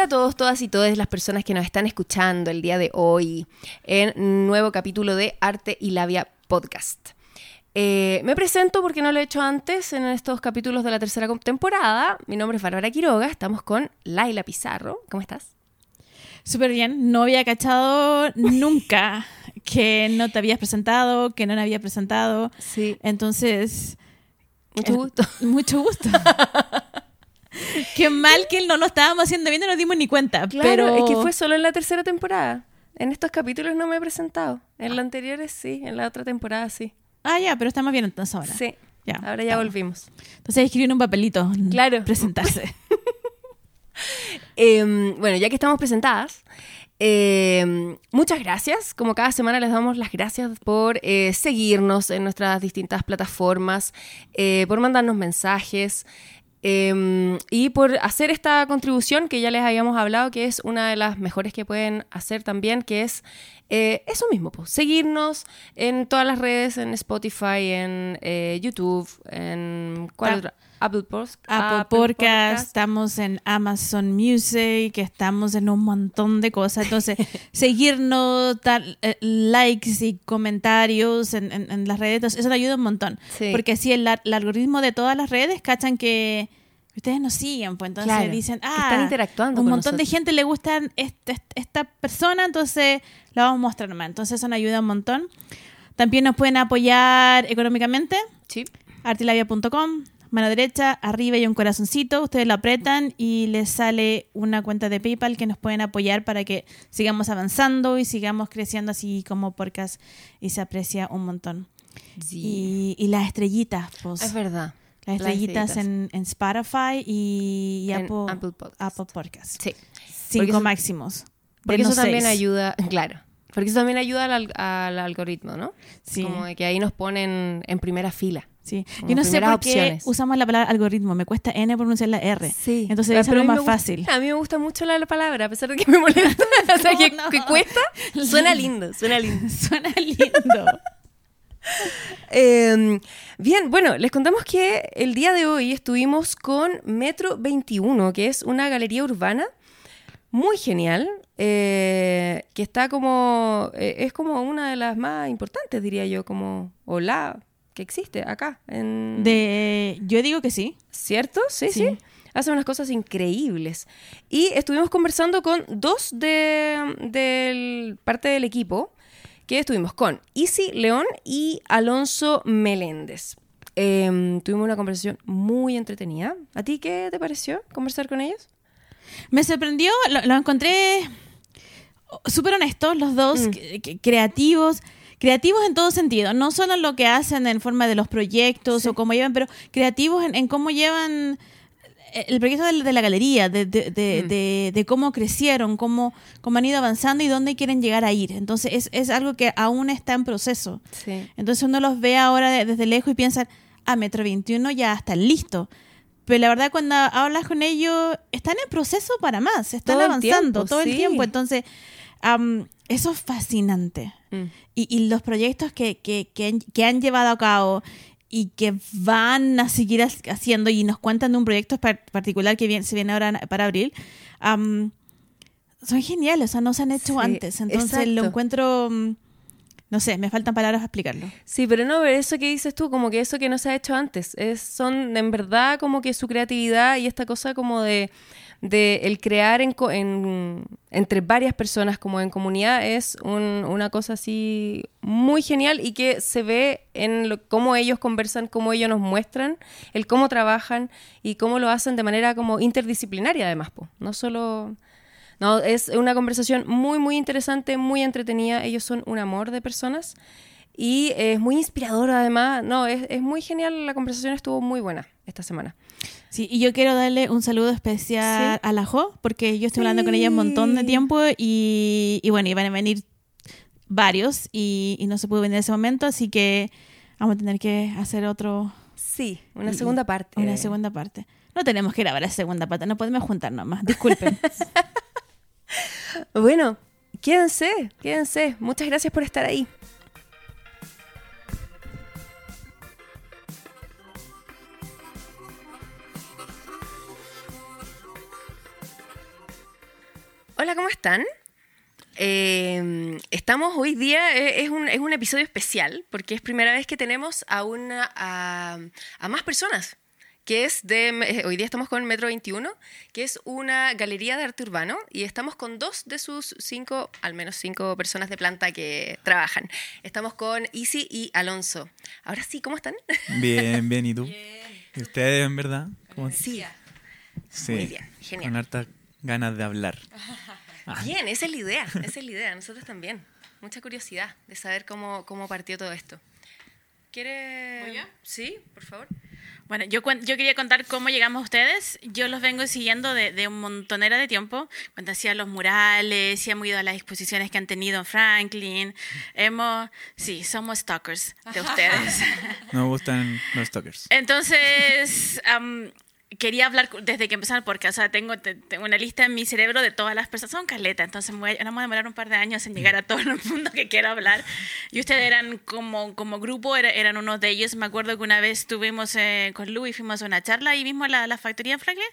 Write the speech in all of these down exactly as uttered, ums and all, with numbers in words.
a todos, todas y todas las personas que nos están escuchando el día de hoy en un nuevo capítulo de Arte y Labia Podcast. Eh, me presento porque no lo he hecho antes en estos capítulos de la tercera temporada. Mi nombre es Bárbara Quiroga, estamos con Laila Pizarro. ¿Cómo estás? Súper bien, no había cachado nunca que no te habías presentado, que no me había presentado. Sí. Entonces... Mucho gusto. Eh, mucho gusto. Qué mal que no lo estábamos haciendo bien, no nos dimos ni cuenta. Claro, pero... es que fue solo en la tercera temporada. En estos capítulos no me he presentado. En los anteriores sí, en la otra temporada sí. Ah, ya, pero estamos bien entonces ahora. Sí, ya, ahora ya estamos. volvimos. Entonces escribir en un papelito. Claro. Presentarse. eh, bueno, ya que estamos presentadas, eh, muchas gracias. Como cada semana les damos las gracias por eh, seguirnos en nuestras distintas plataformas, eh, por mandarnos mensajes eh, y por hacer esta contribución que ya les habíamos hablado, que es una de las mejores que pueden hacer también, que es eh, eso mismo, pues, seguirnos en todas las redes, en Spotify, en eh, YouTube, en ¿cuál Ta- otra? Apple, Post- Apple, Apple Podcast, Podcast. estamos en Amazon Music, estamos en un montón de cosas. Entonces, seguirnos, dar eh, likes y comentarios en, en, en las redes, entonces, eso te ayuda un montón. Sí. Porque así el, el algoritmo de todas las redes cachan que ustedes nos siguen, pues entonces Claro, dicen, que ah, están interactuando un con montón de nosotros. gente le gusta este, esta persona, entonces la vamos a mostrar más. Entonces eso nos ayuda un montón. También nos pueden apoyar económicamente, Sí. artilabia punto com. Mano derecha, arriba hay un corazoncito, ustedes lo apretan y les sale una cuenta de PayPal que nos pueden apoyar para que sigamos avanzando y sigamos creciendo así como podcast y se aprecia un montón. Sí. Y, y las estrellitas, pues. Es verdad. Las estrellitas, estrellitas. En, en Spotify y, y En Apple, Apple Podcast. Apple Podcast. Sí. Porque Cinco eso- máximos. Porque De eso no también seis. ayuda, claro. Porque eso también ayuda al, al- al algoritmo, ¿no? Sí. Como de que ahí nos ponen en primera fila. Sí. como Yo no sé primeras por qué opciones. usamos la palabra algoritmo. Me cuesta N pronunciar la R. Sí. Entonces Ah, es pero algo a mí más me gusta- fácil. A mí me gusta mucho la, la palabra, a pesar de que me molesta. O sea, que, No, no. que cuesta, suena lindo, suena lindo. Suena lindo. Eh, bien, bueno, les contamos que el día de hoy estuvimos con Metro veintiuno, que es una galería urbana muy genial, eh, que está como, eh, es como una de las más importantes, diría yo, como, o la que existe acá. En... De, yo digo que sí. ¿Cierto? Sí, sí, Sí. Hace unas cosas increíbles. Y estuvimos conversando con dos de, del parte del equipo, que estuvimos con Isi León y Alonso Meléndez. Eh, tuvimos una conversación muy entretenida. ¿A ti qué te pareció conversar con ellos? Me sorprendió, lo, lo encontré súper honestos los dos, Mm. que- que- creativos, creativos en todo sentido, no solo en lo que hacen en forma de los proyectos Sí. o cómo llevan, pero creativos en, en cómo llevan el proyecto de, de la galería, de, de, de, Mm. de, de cómo crecieron, cómo, cómo han ido avanzando y dónde quieren llegar a ir. Entonces es, es algo que aún está en proceso. Sí. Entonces uno los ve ahora de- desde lejos y piensa, ah, Metro veintiuno ya está listo. Pero la verdad, cuando hablas con ellos, están en proceso para más, están Todo el avanzando tiempo, todo el sí. tiempo. Entonces, am, eso es fascinante. Mm. Y, y los proyectos que, que, que, han, que han llevado a cabo y que van a seguir ha- haciendo y nos cuentan de un proyecto par- particular que viene, se viene ahora para abril, am, son geniales, o sea, no se han hecho Sí, antes. Entonces exacto. lo encuentro, mm, no sé, me faltan palabras para explicarlo. Sí, pero no, pero eso que dices tú, como que eso que no se ha hecho antes, es, son en verdad como que su creatividad y esta cosa como de, de el crear en, co- en- entre varias personas como en comunidad es un- una cosa así muy genial y que se ve en lo- cómo ellos conversan, cómo ellos nos muestran, el cómo trabajan y cómo lo hacen de manera como interdisciplinaria además, po. No solo... No, es una conversación muy, muy interesante, muy entretenida. Ellos son un amor de personas y es muy inspirador además. No, es, es muy genial. La conversación estuvo muy buena esta semana. Sí, y yo quiero darle un saludo especial Sí. a la Jo, porque yo estoy Sí. hablando con ella un montón de tiempo y, y bueno, iban a venir varios y, y no se pudo venir en ese momento, así que vamos a tener que hacer otro, Sí, una Y- segunda parte. una segunda parte. No tenemos que grabar la segunda parte, no podemos juntarnos más, disculpen. Bueno, quédense, quédense. Muchas gracias por estar ahí. Hola, ¿cómo están? Eh, estamos hoy día, eh, es, un, es un episodio especial porque es primera vez que tenemos a, una, a, a más personas, que es de, eh, hoy día estamos con Metro veintiuno, que es una galería de arte urbano y estamos con dos de sus cinco, al menos cinco personas de planta que trabajan. Estamos con Isi y Alonso. Ahora sí, ¿cómo están? Bien, bien, ¿y tú? Bien. ¿Y ustedes, en verdad? ¿Cómo? Sí, Sí, muy bien, genial. con hartas ganas de hablar. Bien, esa es la idea, esa es la idea, nosotros también. Mucha curiosidad de saber cómo, cómo partió todo esto. ¿Quiere...? ¿Voy yo? Sí, por favor. Bueno, yo, cuen- yo quería contar cómo llegamos a ustedes. Yo los vengo siguiendo de, de un montonera de tiempo. Cuando hacían los murales, y hemos ido a las exposiciones que han tenido en Franklin. Hemos... Sí, somos stalkers de ustedes. No me gustan los stalkers. Entonces, am, quería hablar cu- desde que empezaron, porque, o sea, tengo, te- tengo una lista en mi cerebro de todas las personas. Son caleta, entonces me voy a, vamos a demorar un par de años en llegar a todo el mundo que quiero hablar. Y ustedes eran como, como grupo, era- eran unos de ellos. Me acuerdo que una vez estuvimos eh, con Lu y fuimos a una charla ahí mismo en la, la factoría en Franklin.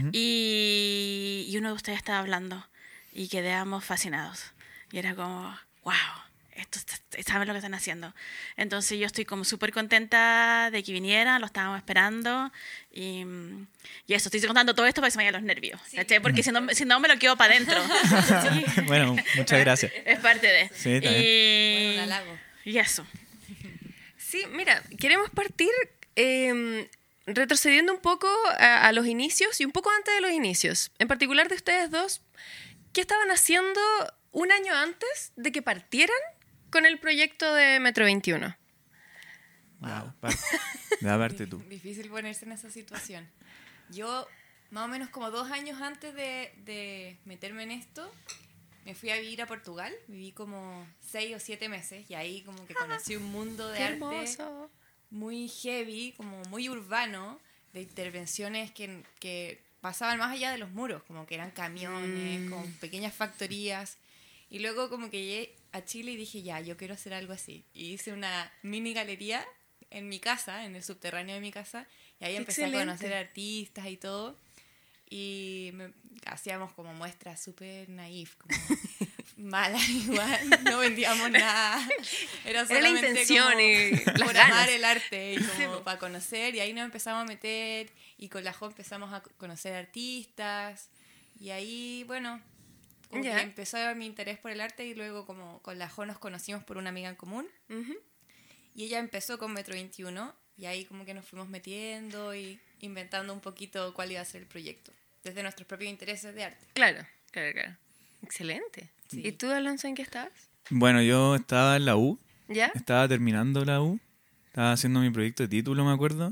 y, y uno de ustedes estaba hablando y quedamos fascinados. Y era como, wow. Esto está- saben lo que están haciendo. Entonces yo estoy como súper contenta de que vinieran, lo estábamos esperando y, y eso, estoy contando todo esto para que se me vayan los nervios, ¿cachai? Porque si no, si no me lo quedo para adentro. Sí, Bueno, muchas gracias. es parte de... Sí, está y, Bueno, un halago. y eso. Sí, mira, queremos partir eh, retrocediendo un poco a, a los inicios y un poco antes de los inicios. En particular de ustedes dos, ¿qué estaban haciendo un año antes de que partieran con el proyecto de Metro veintiuno? Wow. Da parte tú. Difícil ponerse en esa situación. Yo, más o menos como dos años antes de, de meterme en esto, me fui a vivir a Portugal. Viví como seis o siete meses y ahí como que conocí un mundo de ¡Qué arte hermoso! muy heavy, como muy urbano, de intervenciones que, que pasaban más allá de los muros, como que eran camiones, Mm. con pequeñas factorías. Y luego como que llegué a Chile y dije, ya, yo quiero hacer algo así. Y hice una mini galería en mi casa, en el subterráneo de mi casa, y ahí ¡Qué empecé excelente! a conocer artistas y todo. Y me- hacíamos como muestras súper naif, como malas igual, no vendíamos nada. Era Era la solamente intención como y las por ganas. amar el arte y como Sí. para conocer. Y ahí nos empezamos a meter y con la Jo empezamos a conocer artistas. Y ahí, bueno, como Ya. que empezó mi interés por el arte y luego como con la Jo nos conocimos por una amiga en común. Ujú. Y ella empezó con Metro veintiuno y ahí como que nos fuimos metiendo y inventando un poquito cuál iba a ser el proyecto, desde nuestros propios intereses de arte. Claro, claro, claro. Excelente. Sí. ¿Y tú, Alonso, en qué estabas? Bueno, yo estaba en la U, ¿Ya? estaba terminando la U, estaba haciendo mi proyecto de título, me acuerdo,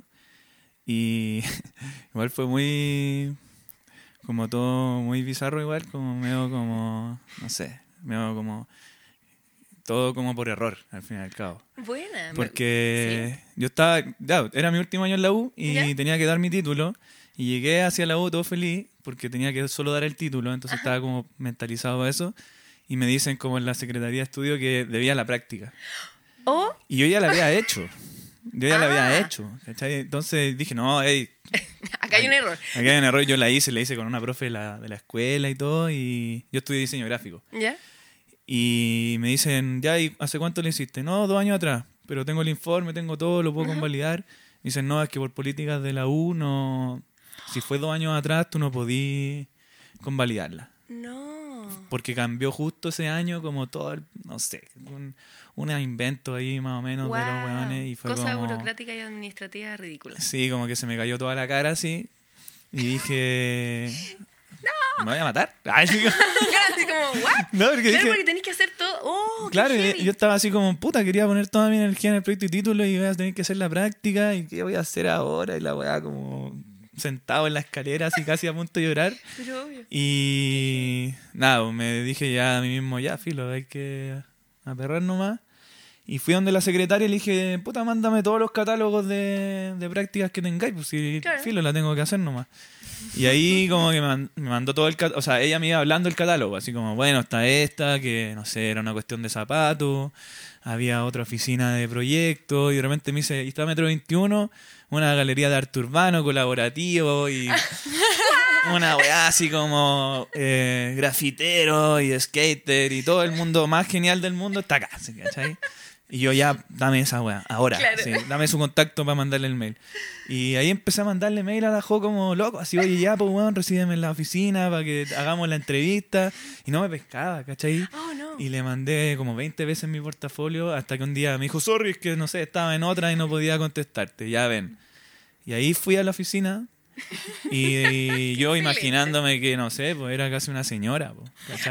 y igual fue muy, como todo muy bizarro igual, como medio como, no sé, medio como, todo como por error, al fin y al cabo. Buena. Porque yo estaba, ya, era mi último año en la U y ¿Ya? tenía que dar mi título y llegué hacia la U todo feliz porque tenía que solo dar el título, entonces estaba como mentalizado a eso y me dicen como en la Secretaría de Estudio que debía la práctica. O Y yo ya la había hecho, yo ya la Ah. había hecho, ¿cachai? Entonces dije, no, hey, acá hay un error. aquí hay un error, yo la hice, la hice con una profe de la, de la escuela y todo y yo estudié diseño gráfico. ¿Ya? Y me dicen, ya, ¿y hace cuánto lo hiciste? No, dos años atrás, pero tengo el informe, tengo todo, lo puedo convalidar. Me dicen, no, es que por políticas de la U, no, si fue dos años atrás, tú no podías convalidarla. No. Porque cambió justo ese año como todo, el- no sé, un, un invento ahí más o menos de los Guau. hueones. Y fue Cosa como, burocrática y administrativa ridícula. sí, como que se me cayó toda la cara así. Y dije, no, ¿me voy a matar? Ay, sí, Claro, así como, ¿what? no, porque Claro, dije, porque tenés que hacer todo. ¡Oh, qué claro, y heavy! yo estaba así como, puta, quería poner toda mi energía en el proyecto y título y voy a tener que hacer la práctica y qué voy a hacer ahora y la weá como sentado en la escalera así casi a punto de llorar. Pero obvio. Y nada, pues, me dije ya a mí mismo, ya, filo, hay que aperrar nomás. Y fui donde la secretaria y le dije, puta, mándame todos los catálogos de, de prácticas que tengáis, pues si Claro. filo, la tengo que hacer nomás. Y ahí como que me, man- me mandó todo el catálogo, o sea, ella me iba hablando el catálogo, así como, bueno, está esta, que no sé, era una cuestión de zapatos, había otra oficina de proyectos, y de repente me dice, y está Metro veintiuno, una galería de arte urbano colaborativo, y, una weá así como eh, grafitero y skater y todo el mundo más genial del mundo está acá, ¿sí? ¿Cachai? Y yo ya, dame esa weá, ahora, Claro. sí, dame su contacto para mandarle el mail. Y ahí empecé a mandarle mail a la Jo como loco, así, oye, ya, pues weón, recíbeme en la oficina para que hagamos la entrevista. Y no me pescaba, ¿cachai? Oh, no. Y le mandé como veinte veces mi portafolio hasta que un día me dijo, sorry, es que no sé, estaba en otra y no podía contestarte, ya ven. Y ahí fui a la oficina y, y yo imaginándome que, no sé, pues era casi una señora, pues, ¿cachai?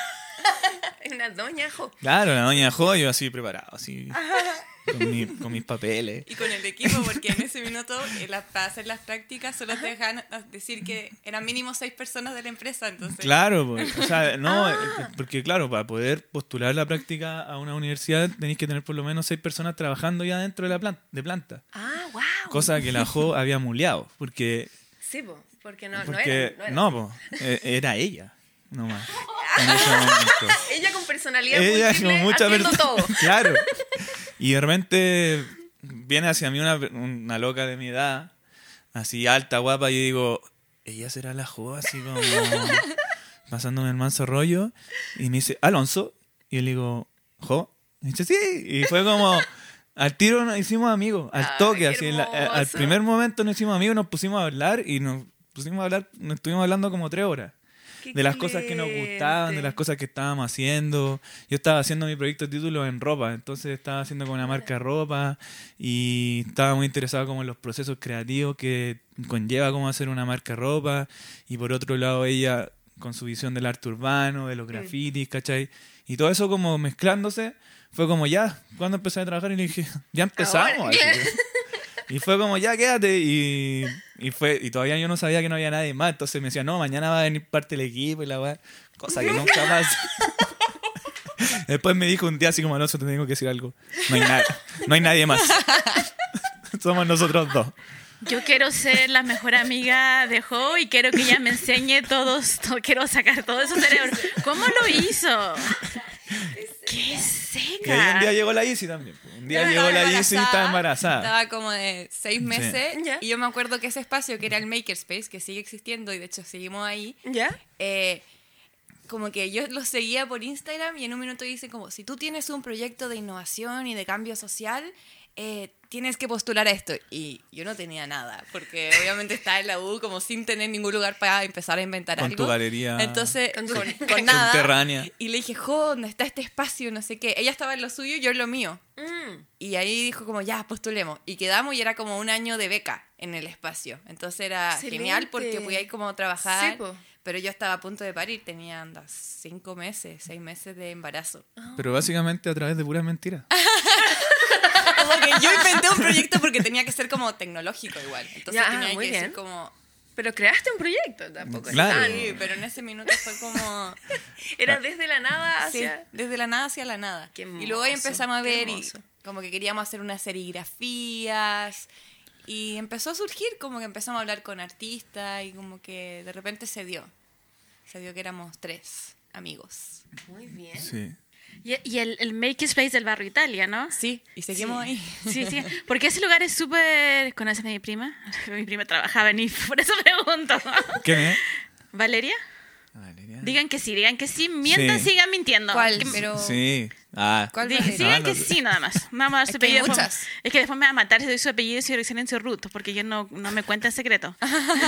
Una doña, jo. Claro, la doña Jo, yo así preparado, así, con, mi- con mis papeles. Y con el equipo, porque en ese minuto, eh, la- para hacer las prácticas, solo te dejan decir que eran mínimo seis personas de la empresa, entonces... Claro, pues, o sea, no, eh, porque claro, para poder postular la práctica a una universidad tenéis que tener por lo menos seis personas trabajando ya dentro de la planta, de planta. Ah, wow. Cosa que la Jo había muleado, porque, Sí, po, porque no, no porque era. no, pues, eh, era ella, nomás, en ese momento. Ella con personalidad Ella múltiple, con mucha haciendo perso- todo. Claro. Y de repente viene hacia mí una, una loca de mi edad, así alta, guapa, y yo digo, ella será la Jo, así como pasándome el manso rollo. Y me dice, Alonso. Y yo le digo, Jo. Y dice, sí. Y fue como, al tiro nos hicimos amigos, al Ay, toque, qué así. en la- al hermoso. primer momento nos hicimos amigos, nos pusimos a hablar y nos pusimos a hablar, nos estuvimos hablando como tres horas. Qué De las cosas que nos gustaban, de excelente. las cosas que estábamos haciendo. Yo estaba haciendo mi proyecto de título en ropa, entonces estaba haciendo con una marca de ropa y estaba muy interesado como en los procesos creativos que conlleva cómo hacer una marca de ropa. Y por otro lado ella con su visión del arte urbano, de los grafitis, ¿cachai? Y todo eso como mezclándose, fue como ya, cuando empecé a trabajar y le dije, ya empezamos. Ahora. así. Y fue como, ya quédate. Y, y fue y todavía yo no sabía que no había nadie más. Entonces me decía, no, mañana va a venir parte del equipo y la weá. Cosa que nunca pasa. Después me dijo un día así como, Alonso, te tengo que decir algo. No hay, nada, no hay nadie más. Somos nosotros dos. Yo quiero ser la mejor amiga de Jo y quiero que ella me enseñe todos, to- quiero sacar todo eso cerebro. ¿Cómo lo hizo? ¡Qué Y ahí seca! un día llegó la Isi también. Un día Yo llegó la estaba Isi y estaba embarazada. Estaba como de seis meses. Ya. Y yo me acuerdo que ese espacio, que era el Makerspace, que sigue existiendo y de hecho seguimos ahí, ¿Ya? eh, como que yo los seguía por Instagram y en un minuto dicen como, si tú tienes un proyecto de innovación y de cambio social, eh, tienes que postular a esto. Y yo no tenía nada, porque obviamente estaba en la U como sin tener ningún lugar para empezar a inventar Con algo. tu galería Entonces, Con con, tu- con nada. subterránea. Y le dije, jo, ¿dónde está este espacio? No sé qué. Ella estaba en lo suyo y yo en lo mío. Mm. Y ahí dijo como, ya, postulemos. Y quedamos y era como un año de beca en el espacio. Entonces era Excelente. genial porque podía ir como trabajar. Sí, po. Pero yo estaba a punto de parir, tenía anda, cinco meses, seis meses de embarazo. Pero básicamente a través de puras mentiras. Como que yo inventé un proyecto porque tenía que ser como tecnológico igual. Entonces Ya, tenía muy que bien. decir como... Pero creaste un proyecto tampoco. es Claro. tan- Sí, pero en ese minuto fue como... Era desde la nada Sí, hacia... desde la nada hacia la nada. Qué y luego ahí hermoso, empezamos a qué ver y hermoso. como que queríamos hacer unas serigrafías y empezó a surgir, como que empezamos a hablar con artistas y como que de repente se dio. Se dio que éramos tres amigos. Muy bien. Sí. Y, y el, el Makerspace del barrio Italia, ¿no? Sí, y seguimos ahí. Sí, sí. Porque ese lugar es súper... ¿Conoces a mi prima? Mi prima trabajaba en I F, por eso pregunto. ¿Quién es? ¿Valeria? Valeria. Digan que sí, digan que sí. Mientan, Sí. sigan mintiendo. ¿Cuál? Que- Pero... Sí. Ah. ¿Cuál Di- Valeria? sigan No, que no- sí, nada más. Nada más Es su que hay apellido. después- muchas. Es que después me va a matar si doy su apellido y su dirección en su root, porque yo no, no me cuenta el secreto.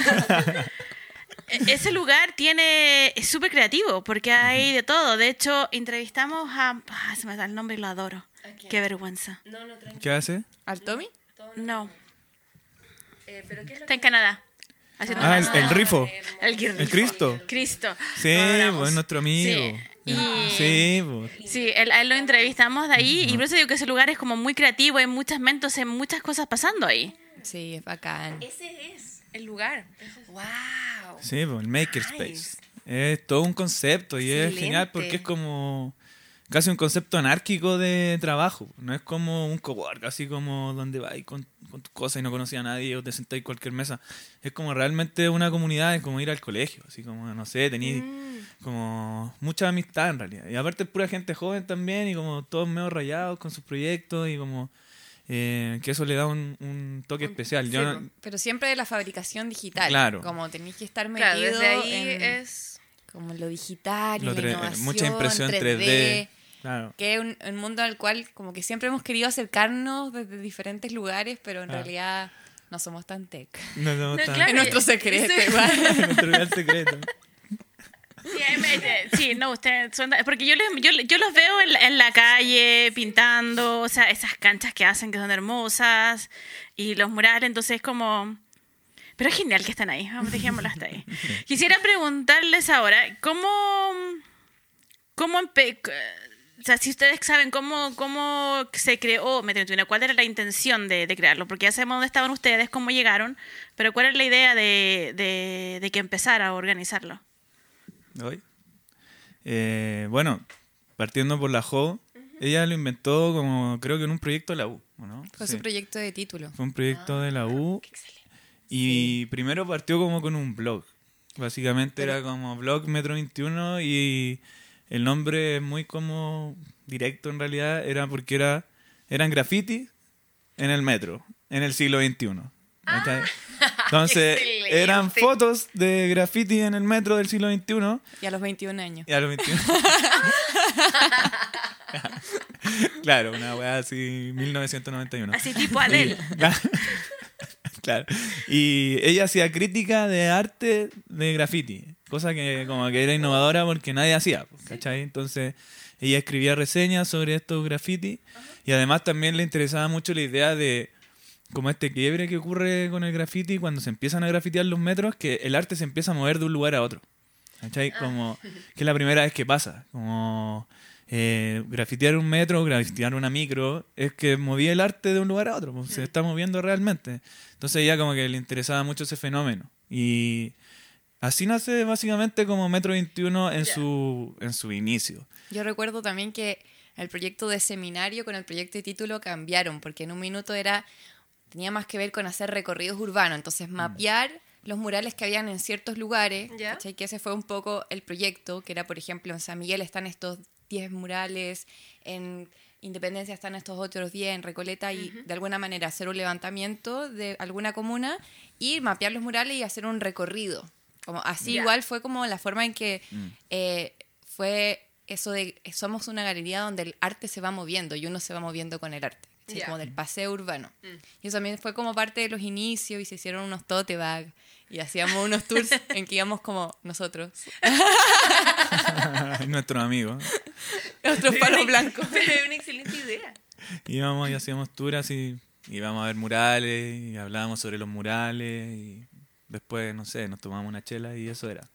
E- Ese lugar tiene es súper creativo porque hay de todo. De hecho, entrevistamos a... Ah, se me da el nombre y lo adoro. Qué vergüenza. No, no, tranquilo. ¿Qué hace? ¿Al Tommy? No, Eh, ¿Pero qué es lo está en Canadá. Haciendo Ah, el, una- el rifo. el, Gir- El Cristo. Cristo. Sí, Lo adoramos. pues es nuestro amigo. Sí, y- Sí, pues. Sí, él, a él lo entrevistamos de ahí y por eso digo que ese lugar es como muy creativo, hay muchas mentos, hay muchas cosas pasando ahí. Sí, es bacán. Ese es el lugar. ¡Wow! Sí, pues, el Makerspace. Nice. Es todo un concepto y es Excelente. genial porque es como casi un concepto anárquico de trabajo. No es como un cowork, así como donde vas con, con tus cosas y no conocías a nadie o te sentás en cualquier mesa. Es como realmente una comunidad, es como ir al colegio. Así como, no sé, tenéis como mucha amistad en realidad. Y aparte es pura gente joven también y como todos medio rayados con sus proyectos y como... eh, que eso le da un, un toque especial. Yo, sí, no- Pero siempre de la fabricación digital. Claro. Como tenéis que estar metido Claro, desde ahí en es... como lo digital, lo y la tre- innovación, mucha impresión tres D. Claro. que es un, un mundo al cual como que siempre hemos querido acercarnos desde diferentes lugares, pero en Ah. realidad no somos tan tech. No, no, No, está- claro. Es nuestro secreto Sí. igual. nuestro lugar secreto. Sí, ahí me- eh, sí, no, ustedes son... Porque yo, les- yo, yo los veo en la, en la calle pintando, o sea, esas canchas que hacen que son hermosas y los murales, entonces como... Pero es genial que están ahí, vamos, dejémoslo hasta ahí. Quisiera preguntarles ahora, ¿cómo... cómo empe- o sea, si ustedes saben cómo, cómo se creó Metro veintiuno, cuál era la intención de, de crearlo, porque ya sabemos dónde estaban ustedes, cómo llegaron, pero cuál es la idea de, de, de que empezara a organizarlo. Hoy. Eh, bueno, partiendo por la Jo, ella lo inventó como creo que en un proyecto de la U, ¿o ¿no? Fue Sí. su proyecto de título. Fue un proyecto de la U y primero partió como con un blog. Básicamente era como blog Metro veintiuno y el nombre es muy como directo en realidad, era porque era eran graffiti en el metro, en el siglo veintiuno. ¿Cachai? Entonces excelente. eran fotos de graffiti en el metro del siglo veintiuno Y a los veintiún años. y a los veintiuno. Claro, una weá así, mil novecientos noventa y uno. Así tipo Adele. Claro. Y ella hacía crítica de arte de graffiti, cosa que como que era innovadora porque nadie hacía, ¿cachai? Entonces ella escribía reseñas sobre estos graffiti y además también le interesaba mucho la idea de como este quiebre que ocurre con el graffiti cuando se empiezan a grafitear los metros, que el arte se empieza a mover de un lugar a otro, ¿cachai? Como que es la primera vez que pasa, como eh, grafitear un metro, grafitear una micro, es que movía el arte de un lugar a otro, pues, se está moviendo realmente. Entonces ella como que le interesaba mucho ese fenómeno. Y así nace básicamente como Metro veintiuno en, su, en su inicio. Yo recuerdo también que el proyecto de seminario con el proyecto de título cambiaron, porque en un minuto era tenía más que ver con hacer recorridos urbanos, entonces mapear los murales que habían en ciertos lugares, ¿Ya? ¿cachai? Que ese fue un poco el proyecto, que era, por ejemplo, en San Miguel están estos diez murales, en Independencia están estos otros diez, en Recoleta, y de alguna manera hacer un levantamiento de alguna comuna y mapear los murales y hacer un recorrido. Como, así Ya. igual fue como la forma en que eh, fue eso de somos una galería donde el arte se va moviendo y uno se va moviendo con el arte. ¿Sí? Ya. Como del paseo urbano. Y eso también fue como parte de los inicios y se hicieron unos tote bag y hacíamos unos tours en que íbamos como nosotros, Nuestros amigos. nuestros palos blancos. Pero es una excelente idea. Íbamos y hacíamos tours y íbamos a ver murales y hablábamos sobre los murales y después, no sé, nos tomábamos una chela y eso era.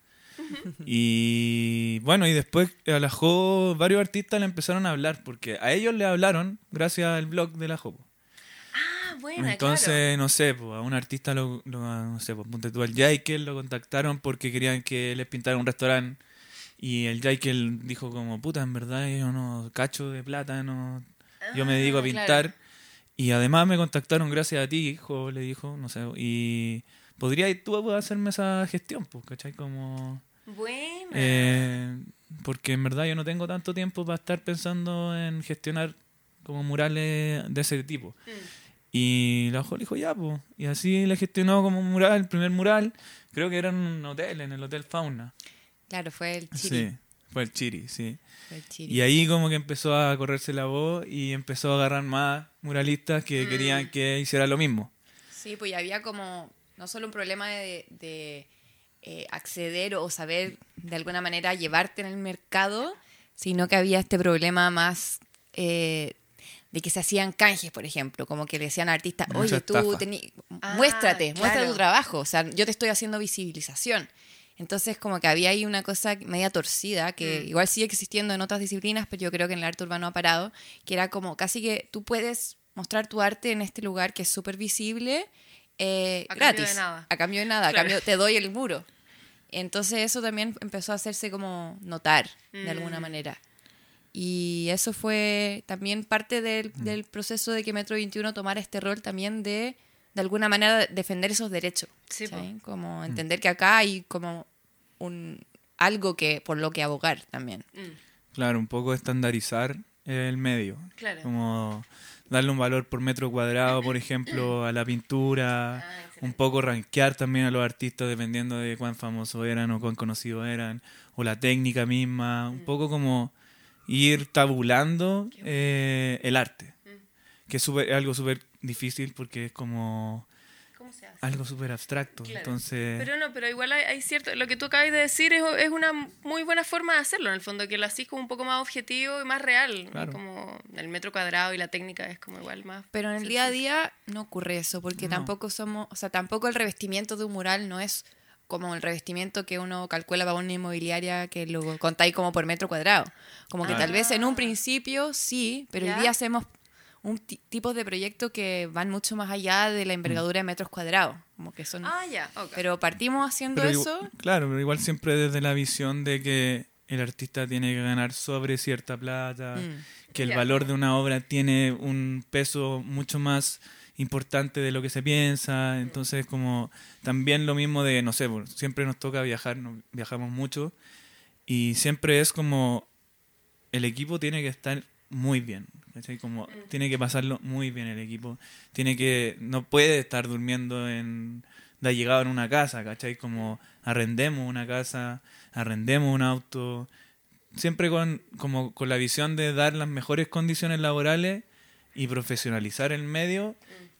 Y bueno, y después a la Jo varios artistas le empezaron a hablar porque a ellos le hablaron gracias al blog de la Jo. Ah, buena, Entonces, claro. no sé, pues, a un artista, lo, lo- no sé, pues, ponte tú al Jaikel, lo contactaron porque querían que les pintara un restaurante y el Jaikel dijo como, puta, en verdad yo no cacho de plata, no, yo me dedico a Ah, pintar. claro. Y además me contactaron gracias a ti, hijo, le dijo, no sé, y podrías tú hacerme esa gestión, pues, ¿cachai? Como... Buena. Eh, porque en verdad yo no tengo tanto tiempo para estar pensando en gestionar como murales de ese tipo. Y la Jo le dijo ya, pues. Y así le gestionó como un mural, el primer mural. Creo que era en un hotel, en el Hotel Fauna. Claro, fue el Chiri. Sí, fue el Chiri, sí. Fue el Chiri. Y ahí como que empezó a correrse la voz y empezó a agarrar más muralistas que querían que hiciera lo mismo. Sí, pues y había como no solo un problema de, de eh, acceder o saber de alguna manera llevarte en el mercado, sino que había este problema más eh, de que se hacían canjes, por ejemplo, como que le decían al artista, Mucha oye, tú estafa. tení- Ah, muéstrate, muestra claro. tu trabajo, o sea, yo te estoy haciendo visibilización. Entonces como que había ahí una cosa media torcida, que Mm. igual sigue existiendo en otras disciplinas, pero yo creo que en el arte urbano ha parado, que era como casi que tú puedes mostrar tu arte en este lugar que es súper visible, eh, A cambio gratis, de nada. a cambio de nada, a Claro. cambio te doy el muro. Entonces eso también empezó a hacerse como notar de Mm. alguna manera. Y eso fue también parte del, del proceso de que Metro veintiuno tomara este rol también de, de alguna manera, defender esos derechos. Sí, po. ¿sabes? Como entender que acá hay como un algo que por lo que abogar también. Claro, un poco estandarizar el medio. Claro. Como darle un valor por metro cuadrado, por ejemplo, a la pintura. Ah, excelente. Un poco rankear también a los artistas dependiendo de cuán famosos eran o cuán conocidos eran. O la técnica misma. Un poco como ir tabulando eh, el arte. Que es súper- algo súper difícil porque es como ¿Cómo se hace? algo súper abstracto. Claro. Entonces, Pero no, pero igual hay, hay cierto... Lo que tú acabas de decir es, es una muy buena forma de hacerlo, en el fondo, que lo hacís como un poco más objetivo y más real. Claro. Como el metro cuadrado y la técnica es como igual más... Pero en el día a día no ocurre eso, porque No. tampoco somos, o sea, tampoco el revestimiento de un mural no es como el revestimiento que uno calcula para una inmobiliaria que lo contáis como por metro cuadrado. Como que Ah. tal vez en un principio sí, pero ¿Ya? hoy día hacemos un ti- tipo de proyectos que van mucho más allá de la envergadura de metros cuadrados. Como que son... Ah, ya, ok. Pero partimos haciendo pero eso. igu- claro, pero igual siempre desde la visión de que el artista tiene que ganar sobre cierta plata, Mm. que el Ya. valor de una obra tiene un peso mucho más importante de lo que se piensa. Entonces, como también lo mismo de, no sé, pues, siempre nos toca viajar, no- viajamos mucho, y siempre es como el equipo tiene que estar muy bien, ¿cachai? Como tiene que pasarlo muy bien el equipo, tiene que, no puede estar durmiendo en, de allegado en una casa, ¿cachai? Como arrendemos una casa, arrendemos un auto, siempre con, como con la visión de dar las mejores condiciones laborales y profesionalizar el medio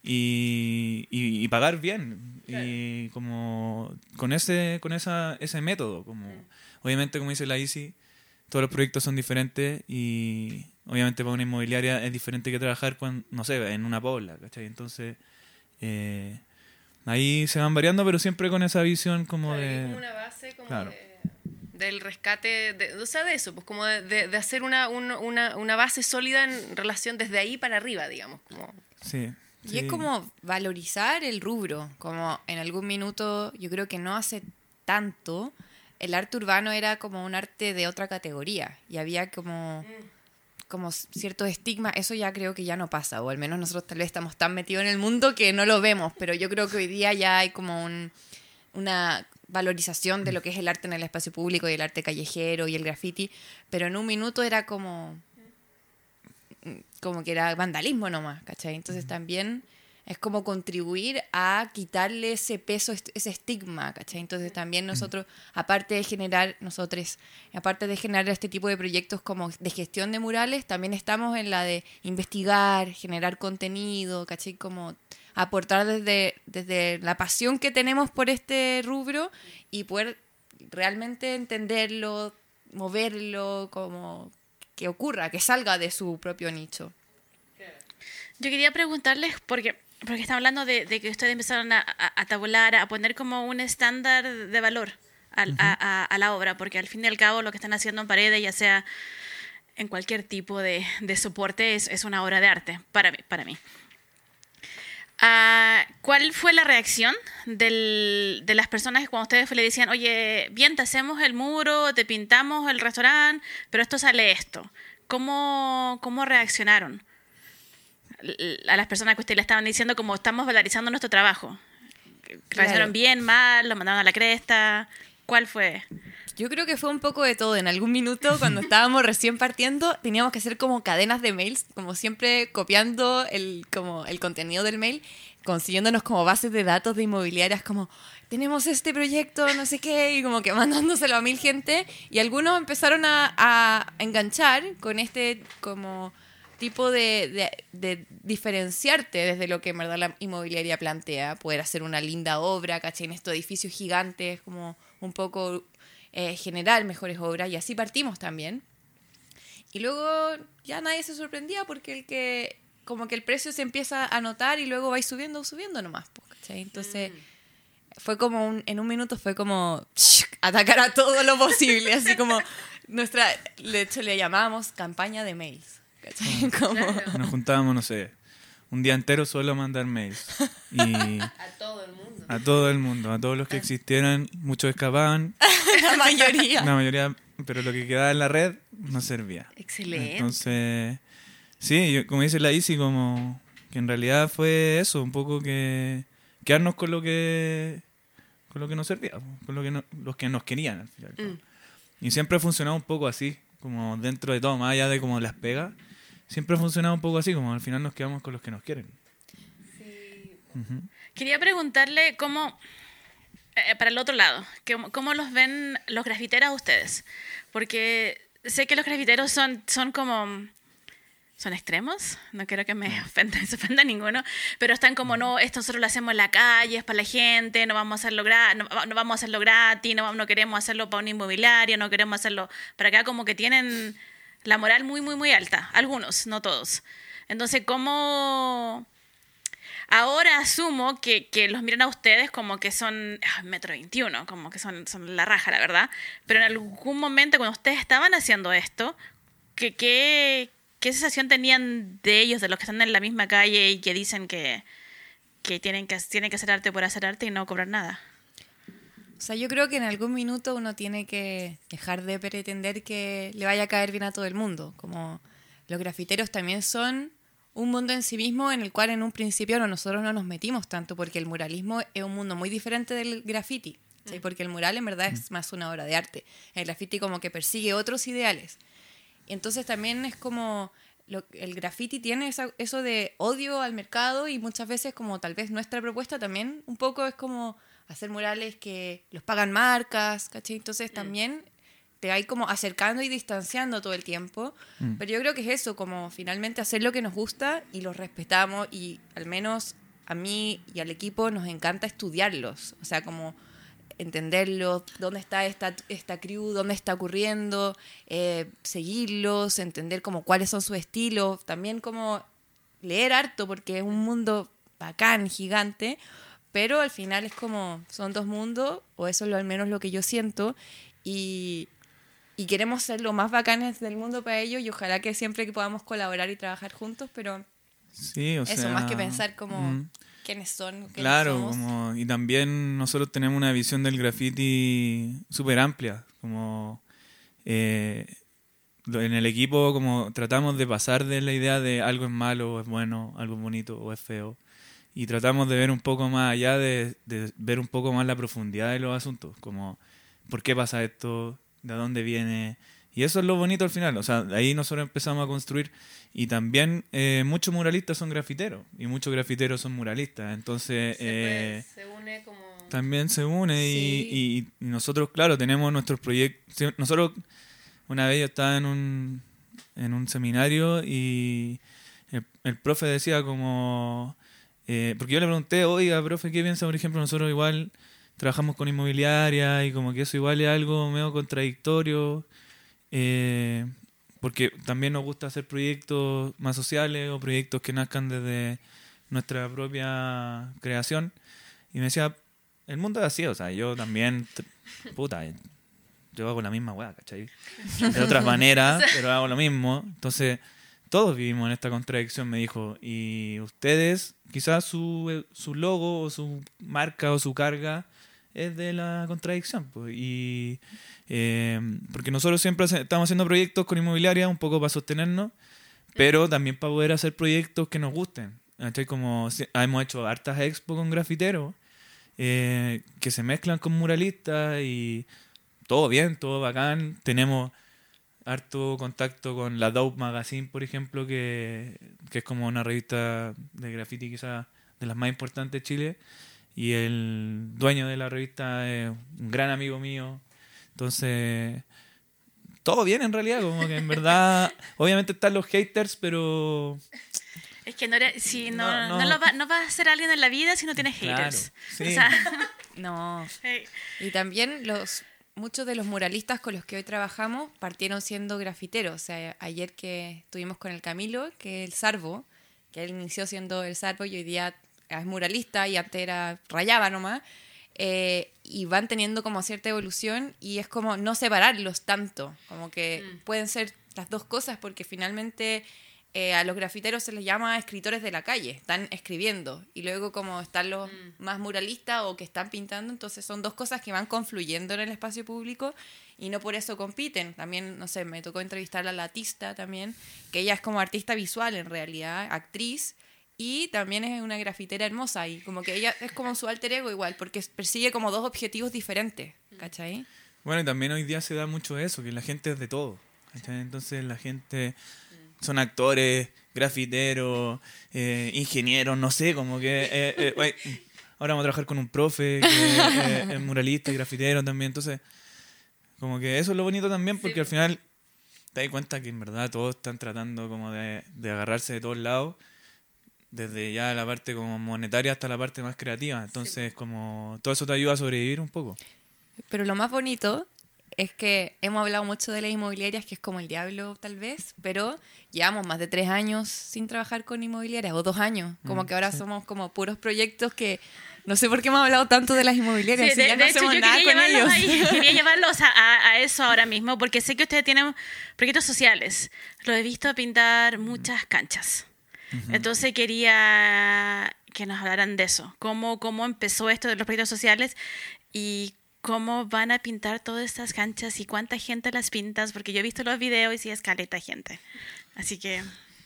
y, y, y pagar bien, y como con ese con esa ese método, como obviamente, como dice la Isi, todos los proyectos son diferentes y obviamente para una inmobiliaria es diferente que trabajar con, no sé, en una pobla, ¿cachai? Entonces eh, ahí se van variando, pero siempre con esa visión como Claro, que de... es como una base como Claro. de- del rescate, de, o sea, de eso, pues como de, de- de hacer una, un- una, una base sólida en relación desde ahí para arriba, digamos. Como, Sí, Y sí. es como valorizar el rubro, como en algún minuto, yo creo que no hace tanto, el arte urbano era como un arte de otra categoría y había como, como ciertos estigmas, eso ya creo que ya no pasa, o al menos nosotros tal vez estamos tan metidos en el mundo que no lo vemos, pero yo creo que hoy día ya hay como un, una valorización de lo que es el arte en el espacio público y el arte callejero y el graffiti, pero en un minuto era como como que era vandalismo nomás, ¿cachai? Entonces también es como contribuir a quitarle ese peso, est- ese estigma, ¿cachai? Entonces también nosotros, aparte de generar, nosotros, aparte de generar este tipo de proyectos como de gestión de murales, también estamos en la de investigar, generar contenido, ¿cachai? Como aportar desde, desde la pasión que tenemos por este rubro y poder realmente entenderlo, moverlo, como que ocurra, que salga de su propio nicho. Yo quería preguntarles, porque, porque están hablando de, de que ustedes empezaron a, a, a tabular, a poner como un estándar de valor al- a, a- a la obra, porque al fin y al cabo lo que están haciendo en paredes, ya sea en cualquier tipo de, de soporte, es, es una obra de arte, para mí. Para mí. Ah, ¿cuál fue la reacción del- de las personas cuando ustedes le decían, oye, bien, te hacemos el muro, te pintamos el restaurante, pero esto sale esto? ¿Cómo, cómo reaccionaron? L- A las personas que ustedes le estaban diciendo como estamos valorizando nuestro trabajo. ¿Reaccionaron Claro. bien, mal, lo mandaron a la cresta? ¿Cuál fue? Yo creo que fue un poco de todo. En algún minuto, cuando estábamos recién partiendo, teníamos que hacer como cadenas de mails, como siempre copiando el, como el contenido del mail, consiguiéndonos como bases de datos de inmobiliarias, como tenemos este proyecto, no sé qué, y como que mandándoselo a mil gente. Y algunos empezaron a, a enganchar con este como tipo de, de, de diferenciarte desde lo que en verdad la inmobiliaria plantea, poder hacer una linda obra, ¿cachai? En estos edificios gigantes, como un poco eh, generar mejores obras, y así partimos también. Y luego ya nadie se sorprendía porque el que como que el precio se empieza a notar y luego va subiendo, subiendo nomás, pues, ¿cachai? Entonces fue como un, en un minuto fue como atacar a todo lo posible, así como nuestra, de hecho le llamábamos campaña de mails, ¿cachai? Como, Nos juntábamos, no sé, un día entero solo a mandar mails. Y a todo el mundo. a todo el mundo, a todos los que existieran, muchos escapaban, la mayoría. la mayoría, pero lo que quedaba en la red no servía. Excelente. Entonces, sí, yo- como dice la Isi, como que en realidad fue eso, un poco que quedarnos con lo que con lo que nos servía, con lo que no- los que nos querían al final. Mm. Y siempre ha funcionado un poco así, como dentro de todo, más allá de como las pegas, siempre ha funcionado un poco así, como al final nos quedamos con los que nos quieren. Uh-huh. Quería preguntarle cómo, eh, para el otro lado, que, cómo los ven los grafiteros a ustedes. Porque sé que los grafiteros son, son como... ¿Son extremos? No quiero que me ofenda, se ofenda ninguno, pero están como, no, esto nosotros lo hacemos en la calle, es para la gente, no vamos a hacerlo, gra no, no vamos a hacerlo gratis, no, no queremos hacerlo para una inmobiliaria, no queremos hacerlo para acá, como que tienen la moral muy, muy, muy alta. Algunos, no todos. Entonces, ¿cómo...? Ahora asumo que, que los miran a ustedes como que son ah, metro veintiuno, como que son, son la raja, la verdad. Pero en algún momento, cuando ustedes estaban haciendo esto, ¿qué, qué, qué sensación tenían de ellos, de los que están en la misma calle y que dicen que, que, tienen que tienen que hacer arte por hacer arte y no cobrar nada? O sea, yo creo que en algún minuto uno tiene que dejar de pretender que le vaya a caer bien a todo el mundo. Como los grafiteros también son un mundo en sí mismo en el cual en un principio no, nosotros no nos metimos tanto, porque el muralismo es un mundo muy diferente del graffiti, ¿sí? Porque el mural en verdad es más una obra de arte. El graffiti como que persigue otros ideales. Y entonces también es como... Lo, el graffiti tiene esa, eso de odio al mercado, y muchas veces como tal vez nuestra propuesta también un poco es como hacer murales que los pagan marcas, ¿cachai? Entonces también te hay como acercando y distanciando todo el tiempo. Mm. Pero yo creo que es eso, como finalmente hacer lo que nos gusta y los respetamos, y al menos a mí y al equipo nos encanta estudiarlos. O sea, como entenderlos, dónde está esta, esta crew, dónde está ocurriendo, eh, seguirlos, entender como cuáles son sus estilos, también como leer harto, porque es un mundo bacán, gigante, pero al final es como, son dos mundos, o eso es lo, al menos lo que yo siento, y... Y queremos ser lo más bacanes del mundo para ellos, y ojalá que siempre que podamos colaborar y trabajar juntos, pero sí, o eso, sea, más que pensar como mm, quiénes son, quiénes claro, somos. Como, y también nosotros tenemos una visión del graffiti súper amplia, como eh, en el equipo como tratamos de pasar de la idea de algo es malo o es bueno, algo es bonito o es feo, y tratamos de ver un poco más allá, de, de ver un poco más la profundidad de los asuntos, como ¿por qué pasa esto? ¿De dónde viene? Y eso es lo bonito al final. O sea, ahí nosotros empezamos a construir. Y también eh, muchos muralistas son grafiteros. Y muchos grafiteros son muralistas. Entonces... Se, eh, puede, se une como... También se une. Sí. Y, y, y nosotros, claro, tenemos nuestros proyectos. Nosotros, una vez yo estaba en un, en un seminario y el, el profe decía como... Eh, porque yo le pregunté, oiga, profe, ¿qué piensa? Por ejemplo, nosotros igual... trabajamos con inmobiliaria y como que eso igual es algo medio contradictorio, eh, porque también nos gusta hacer proyectos más sociales o proyectos que nazcan desde nuestra propia creación. Y me decía, el mundo es así, o sea, yo también, puta, yo hago la misma weá, ¿cachai? De otras maneras, pero hago lo mismo. Entonces, todos vivimos en esta contradicción, me dijo. Y ustedes, quizás su, su logo o su marca o su carga es de la contradicción, pues. Y eh, porque nosotros siempre estamos haciendo proyectos con inmobiliaria un poco para sostenernos, pero también para poder hacer proyectos que nos gusten. ¿Cachai? Como hemos hecho hartas expo con grafiteros eh, que se mezclan con muralistas y todo bien, todo bacán. Tenemos harto contacto con la Dope Magazine, por ejemplo, que, que es como una revista de graffiti quizás de las más importantes de Chile. Y el dueño de la revista es un gran amigo mío. Entonces, todo bien en realidad. Como que en verdad, obviamente están los haters, pero... Es que no, eres, si no, no, no. no, lo va, no vas a ser alguien en la vida si no tienes Claro, haters. sí. O sea, No. hey. Y también los muchos de los muralistas con los que hoy trabajamos partieron siendo grafiteros. O sea, ayer que estuvimos con el Camilo, que es el Sarbo, que él inició siendo el Sarbo y hoy día es muralista, y antes era rayaba nomás, eh, y van teniendo como cierta evolución, y es como no separarlos tanto, como que mm. pueden ser las dos cosas, porque finalmente eh, a los grafiteros se les llama escritores de la calle, están escribiendo, y luego como están los mm. más muralistas o que están pintando, entonces son dos cosas que van confluyendo en el espacio público y no por eso compiten. También, no sé, me tocó entrevistar a la Latista también, que ella es como artista visual en realidad, actriz, y también es una grafitera hermosa, y como que ella es como su alter ego igual, porque persigue como dos objetivos diferentes, ¿cachai? Bueno, y también hoy día se da mucho eso, que la gente es de todo, ¿cachai? Entonces la gente son actores, grafiteros, eh, ingenieros, no sé, como que... eh, eh, wey, ahora vamos a trabajar con un profe que eh, es muralista y grafitero también, entonces como que eso es lo bonito también, porque sí, al final te das cuenta que en verdad todos están tratando como de, de agarrarse de todos lados, desde ya la parte como monetaria hasta la parte más creativa, entonces sí, como todo eso te ayuda a sobrevivir un poco. Pero lo más bonito es que hemos hablado mucho de las inmobiliarias, que es como el diablo tal vez, pero llevamos más de tres años sin trabajar con inmobiliarias, o dos años, como mm, que ahora sí, somos como puros proyectos que no sé por qué hemos hablado tanto de las inmobiliarias, sí, si de, ya de no hecho, hacemos yo nada quería con ellos. Ahí, quería llevarlos a, a, a eso ahora mismo, porque sé que ustedes tienen proyectos sociales. Lo he visto pintar muchas canchas. Uh-huh. Entonces quería que nos hablaran de eso, cómo, cómo empezó esto de los proyectos sociales y cómo van a pintar todas estas canchas y cuánta gente las pintas, porque yo he visto los videos y sí es caleta gente. Así que...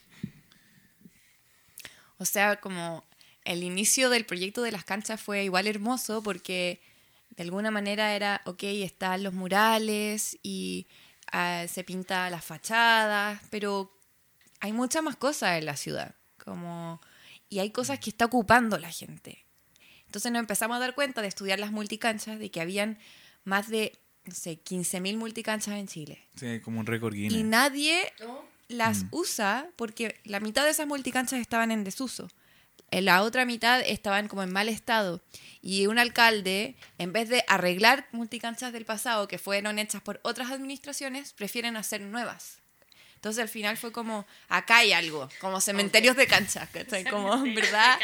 O sea, como el inicio del proyecto de las canchas fue igual hermoso porque de alguna manera era, ok, están los murales y uh, se pinta las fachadas, pero hay muchas más cosas en la ciudad, como y hay cosas que está ocupando la gente. Entonces nos empezamos a dar cuenta de estudiar las multicanchas, de que habían más de, no sé, quince mil multicanchas en Chile. Sí, como un récord Guinness. Y nadie ¿No? las mm. usa porque la mitad de esas multicanchas estaban en desuso. En la otra mitad estaban como en mal estado. Y un alcalde, en vez de arreglar multicanchas del pasado que fueron hechas por otras administraciones, prefieren hacer nuevas. Entonces al final fue como, acá hay algo, como cementerios okay. de canchas, ¿cachai? Como, ¿verdad?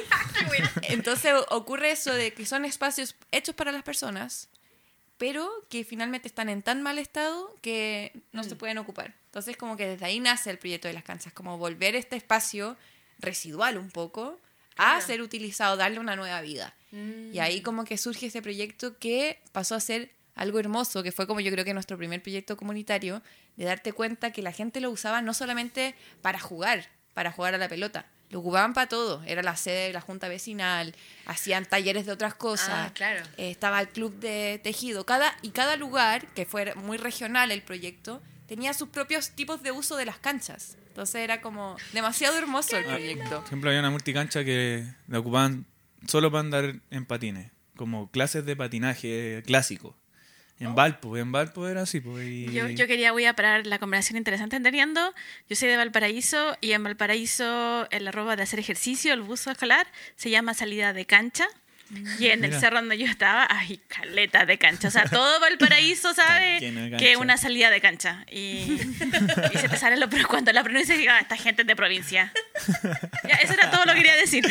Entonces ocurre eso de que son espacios hechos para las personas, pero que finalmente están en tan mal estado que no mm. se pueden ocupar. Entonces como que desde ahí nace el proyecto de las canchas, como volver este espacio residual un poco a ser utilizado, darle una nueva vida. Mm. Y ahí como que surge ese proyecto que pasó a ser algo hermoso, que fue como yo creo que nuestro primer proyecto comunitario, de darte cuenta que la gente lo usaba no solamente para jugar, para jugar a la pelota, lo ocupaban para todo. Era la sede de la junta vecinal, hacían talleres de otras cosas, ah, claro. eh, estaba el club de tejido, cada, y cada lugar, que fue muy regional el proyecto, tenía sus propios tipos de uso de las canchas. Entonces era como demasiado hermoso el proyecto. Por ejemplo, había una multicancha que la ocupaban solo para andar en patines, como clases de patinaje clásico. En Valpo, en Valpo era así. Pues, y... yo, yo quería, voy a parar la conversación interesante entendiendo. Yo soy de Valparaíso y en Valparaíso el arroba de hacer ejercicio, el buzo escolar, se llama salida de cancha. Y en Mira. el cerro donde yo estaba, hay caleta de cancha. O sea, todo Valparaíso sabe que es una salida de cancha. Y, y se te sale lo pero cuando la pronuncias digas, ah, esta gente es de provincia. Ya, eso era todo lo que quería decir.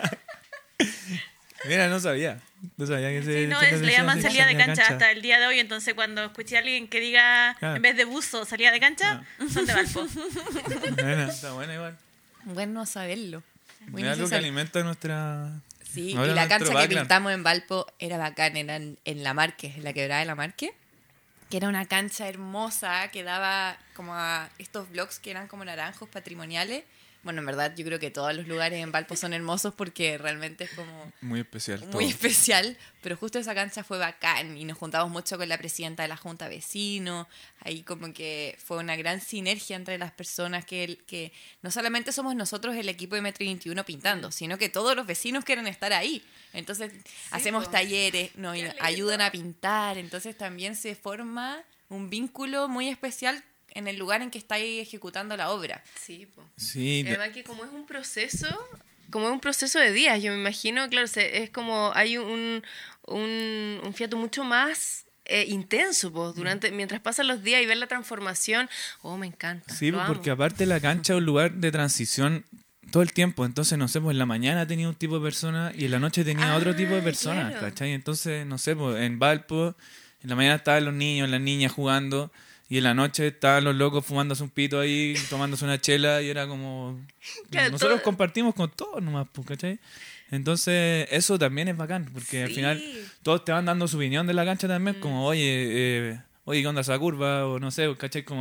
Mira, no sabía. No sabía que se... Sí, no, es, le llaman salida de cancha, cancha hasta el día de hoy. Entonces, cuando escuché a alguien que diga, claro. en vez de buzo, salida de cancha, ah. son de Valpo. Bueno, está bueno igual. Bueno saberlo. Muy es algo que alimenta nuestra... Sí, Ahora y la cancha background. que pintamos en Valpo era bacán, era en, en La Marque, en la quebrada de La Marque, que era una cancha hermosa que daba como a estos blogs que eran como naranjos patrimoniales. Bueno, en verdad yo creo que todos los lugares en Valpo son hermosos porque realmente es como... Muy especial. Muy todo. especial, pero justo esa cancha fue bacán y nos juntamos mucho con la presidenta de la Junta Vecino. Ahí como que fue una gran sinergia entre las personas que, que no solamente somos nosotros el equipo de Metro veintiuno pintando, sino que todos los vecinos quieren estar ahí. Entonces sí, hacemos pues. talleres, nos ayudan a pintar, entonces también se forma un vínculo muy especial en el lugar en que estáis ejecutando la obra. Sí, po. Sí. Y además que como es un proceso, como es un proceso de días, yo me imagino, claro, es como hay un, un, un fiato mucho más eh, intenso, pues, durante, mientras pasan los días y ver la transformación, oh, me encanta. Sí, pues, porque aparte la cancha es un lugar de transición todo el tiempo, entonces, no sé, pues en la mañana tenía un tipo de persona y en la noche tenía ah, otro tipo de persona, claro. ¿cachai? Entonces, no sé, pues en Valpo, en la mañana estaban los niños, las niñas jugando, y en la noche estaban los locos fumándose un pito ahí, tomándose una chela, y era como... Claro, nosotros todo... compartimos con todos nomás, ¿cachai? Entonces, eso también es bacán, porque sí. al final todos te van dando su opinión de la cancha también, mm. como, oye, eh, oye, ¿qué onda esa curva? O no sé, ¿cachai? Como...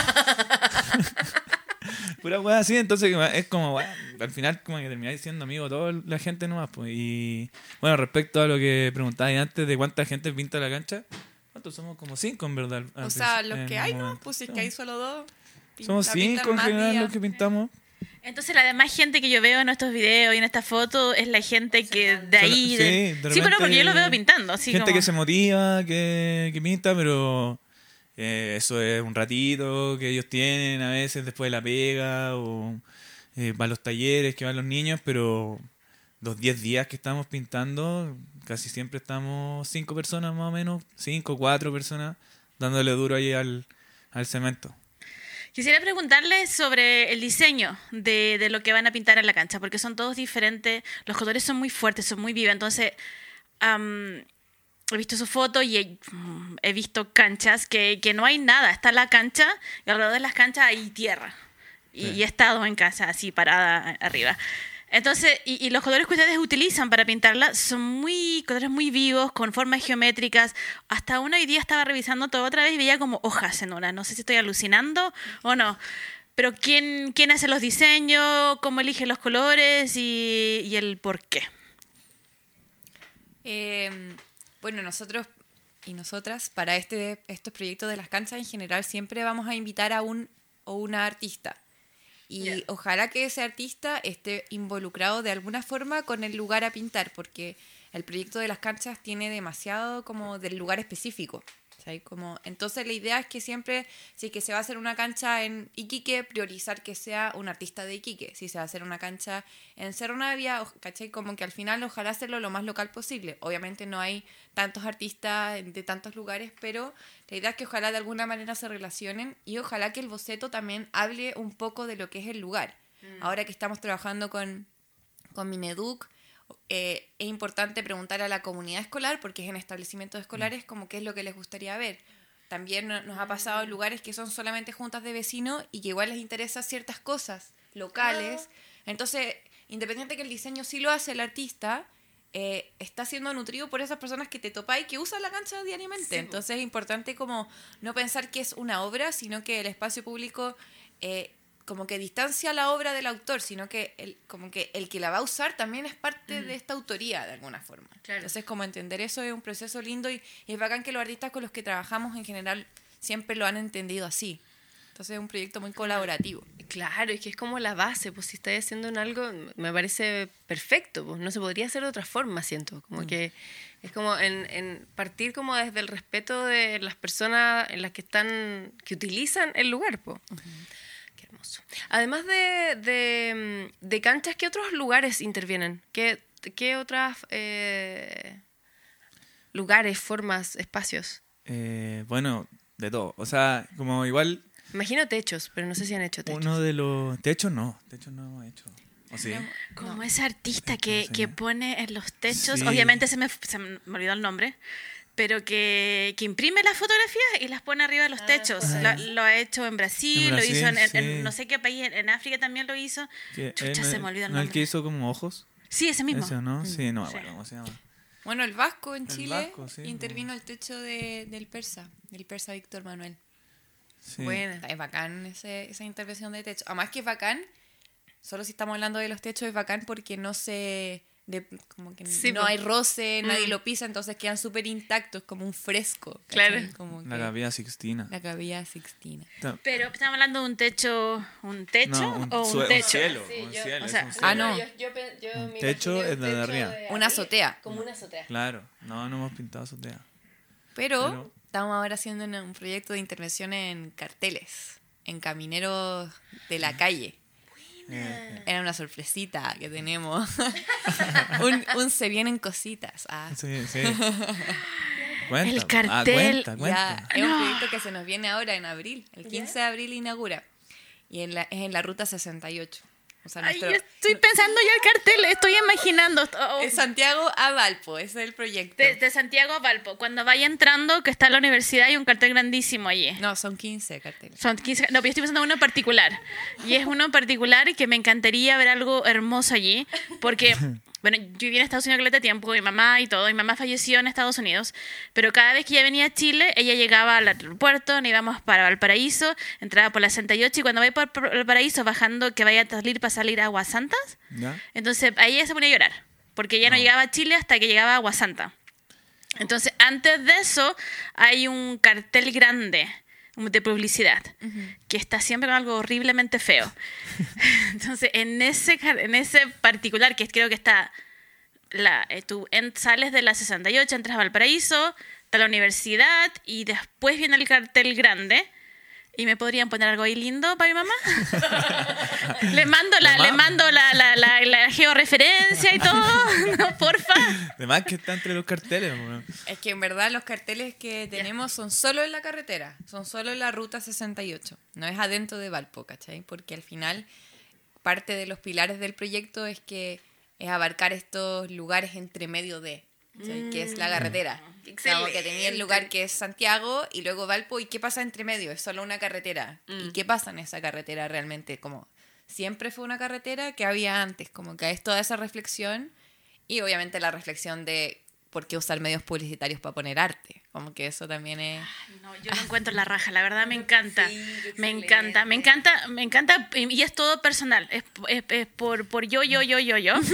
Pura weá así, entonces es como, bueno, al final como que termináis siendo amigos toda la gente nomás, pues. Y bueno, respecto a lo que preguntabas antes de cuánta gente pinta la cancha... ¿Cuántos somos? Como cinco, en verdad. O sea, los que hay, ¿no? Pues si es que hay solo dos. Somos la cinco pintan en más general días. los que pintamos. Entonces la demás gente que yo veo en estos videos y en estas fotos es la gente que de ahí... Solo- de- sí, de sí, pero repente porque yo los veo pintando. Así Gente como... que se motiva, que, que pinta, pero eh, eso es un ratito que ellos tienen a veces después de la pega o eh, para los talleres que van los niños, pero los diez días que estamos pintando, casi siempre estamos cinco personas más o menos, cinco, cuatro personas, dándole duro ahí al, al cemento. Quisiera preguntarles sobre el diseño de, de lo que van a pintar en la cancha, porque son todos diferentes, los colores son muy fuertes, son muy vivos, entonces am, he visto su foto y he, mm, he visto canchas que, que no hay nada, está la cancha y alrededor de las canchas hay tierra y, Sí. y he estado en casa así parada arriba. Entonces, y, y los colores que ustedes utilizan para pintarla son muy colores muy vivos, con formas geométricas. Hasta uno hoy día estaba revisando todo otra vez y veía como hojas en una. No sé si estoy alucinando o no. Pero ¿quién, quién hace los diseños? ¿Cómo elige los colores? Y, y el por qué. Eh, bueno, nosotros y nosotras, para este, estos proyectos de las canchas en general, siempre vamos a invitar a un o una artista. Y Yeah. ojalá que ese artista esté involucrado de alguna forma con el lugar a pintar, porque el proyecto de las canchas tiene demasiado como del lugar específico. ¿Sabes? Como, entonces la idea es que siempre, si es que se va a hacer una cancha en Iquique, priorizar que sea un artista de Iquique. Si se va a hacer una cancha en Cerro Navia, o- ¿cachai? Como que al final ojalá hacerlo lo más local posible. Obviamente no hay tantos artistas de tantos lugares, pero la idea es que ojalá de alguna manera se relacionen y ojalá que el boceto también hable un poco de lo que es el lugar. Ahora que estamos trabajando con, con Mineduc, eh, es importante preguntar a la comunidad escolar, porque es en establecimientos escolares, como qué es lo que les gustaría ver. También no- nos ha pasado en lugares que son solamente juntas de vecinos y que igual les interesan ciertas cosas locales. Entonces, independiente que el diseño sí lo hace el artista, eh, está siendo nutrido por esas personas que te topáis y que usan la cancha diariamente. Entonces es importante como no pensar que es una obra, sino que el espacio público eh, como que distancia la obra del autor, sino que el, como que el que la va a usar también es parte de esta autoría de alguna forma. Claro. Entonces como entender eso es un proceso lindo y, y es bacán que los artistas con los que trabajamos en general siempre lo han entendido así. Entonces es un proyecto muy colaborativo. Claro, es que es como la base, pues si estáis haciendo en algo, me parece perfecto, pues no se podría hacer de otra forma, siento, como que es como en, en partir como desde el respeto de las personas en las que están, que utilizan el lugar, pues. Qué hermoso. Además de, de, de canchas, ¿qué otros lugares intervienen? ¿Qué, qué otras eh, lugares, formas, espacios? Eh, bueno, de todo. O sea, como igual Imagino techos, pero no sé si han hecho techos. uno de los... Techos no, techos no hemos hecho. ¿O sí? Como ese artista que, Sí. que pone en los techos, Sí. obviamente se me, se me olvidó el nombre, pero que, que imprime las fotografías y las pone arriba de los techos. Lo, lo ha hecho en Brasil, En lo Brasil, hizo en, en- sí. en no sé qué país, en, en África también lo hizo. Que- Chucha, eh, se no- me olvidó el ¿no el nombre. que hizo como ojos? Sí, ese mismo. Ese, ¿no? Sí, no me Sí. acuerdo cómo se llama. Bueno, el Vasco en El Chile Vasco, sí, intervino el techo de, del persa, del persa Víctor Manuel. Sí. Buena. Es bacán ese, esa intervención de techo. Además que es bacán, solo si estamos hablando de los techos, es bacán porque no se... De, como que Sí, no po. hay roce, nadie Mm. lo pisa, entonces quedan súper intactos, como un fresco. Claro. ¿cachai? Como La que- Capilla Sixtina. La Capilla Sixtina. Ta- Pero estamos hablando de un techo, ¿un techo No, un o un sue- un techo? cielo. Sí, un yo- cielo, o es sea, un Ah, cielo. no. Yo, yo, pe- yo Un me techo imaginé es un de techo arriba. de Una arriba, azotea. Como una azotea. Claro, no, no hemos pintado azotea. Pero, Pero- estamos ahora haciendo una- un proyecto de intervención en carteles, en camineros de la calle. Eh, Era una sorpresita que tenemos. un, un se vienen cositas. Ah. sí, sí. Cuenta. El cartel. Ah, cuenta, Ya, cuenta. es un proyecto que se nos viene ahora en abril. El quince de abril inaugura. Y en la, es en la ruta sesenta y ocho. O sea, Ay, nuestro- yo estoy pensando ya el cartel, estoy imaginando. Oh, es Santiago a Valpo, ese es el proyecto. Desde Santiago a Valpo. Cuando vaya entrando, que está en la universidad, hay un cartel grandísimo allí. No, son quince carteles. Son quince, no, pero yo estoy pensando en uno en particular. Y es uno en particular que me encantaría ver algo hermoso allí. Porque, bueno, yo viví en Estados Unidos caleta de tiempo, mi mamá y todo. Mi mamá falleció en Estados Unidos. Pero cada vez que ella venía a Chile, ella llegaba al aeropuerto, nos íbamos para Valparaíso, entraba por la sesenta y ocho y cuando vaya por por Valparaíso, bajando que vaya a salir para salir a Aguas Santas, ¿Ya? entonces ahí ella se ponía a llorar. Porque ella no, No. llegaba a Chile hasta que llegaba a Agua Santa. Entonces, antes de eso, hay un cartel grande de publicidad, que está siempre con algo horriblemente feo. Entonces, en ese, en ese particular, que creo que está, la, eh, tú en, sales de la sesenta y ocho, entras a Valparaíso, está la universidad y después viene el cartel grande. ¿Y me podrían poner algo ahí lindo para mi mamá? le mando la, le mando la, la, la, la georreferencia y todo, ¿no? Porfa. Además que está entre los carteles. Bueno. Es que en verdad los carteles que tenemos son solo en la carretera, son solo en la ruta sesenta y ocho, no es adentro de Valpo, ¿cachai? Porque al final parte de los pilares del proyecto es que es abarcar estos lugares entre medio de, ¿cachai? Mm. Que es la carretera. Como que tenía el lugar que es Santiago y luego Valpo, ¿y qué pasa entre medio? Es solo una carretera. Mm. ¿Y qué pasa en esa carretera realmente? Como siempre fue una carretera que había antes, como que es toda esa reflexión y obviamente la reflexión de por qué usar medios publicitarios para poner arte. Como que eso también es... Ay, no, yo no encuentro la raja, la verdad me encanta. Sí, me encanta, me encanta, me encanta y es todo personal. Es, es, es por, por yo, yo, yo, yo, yo.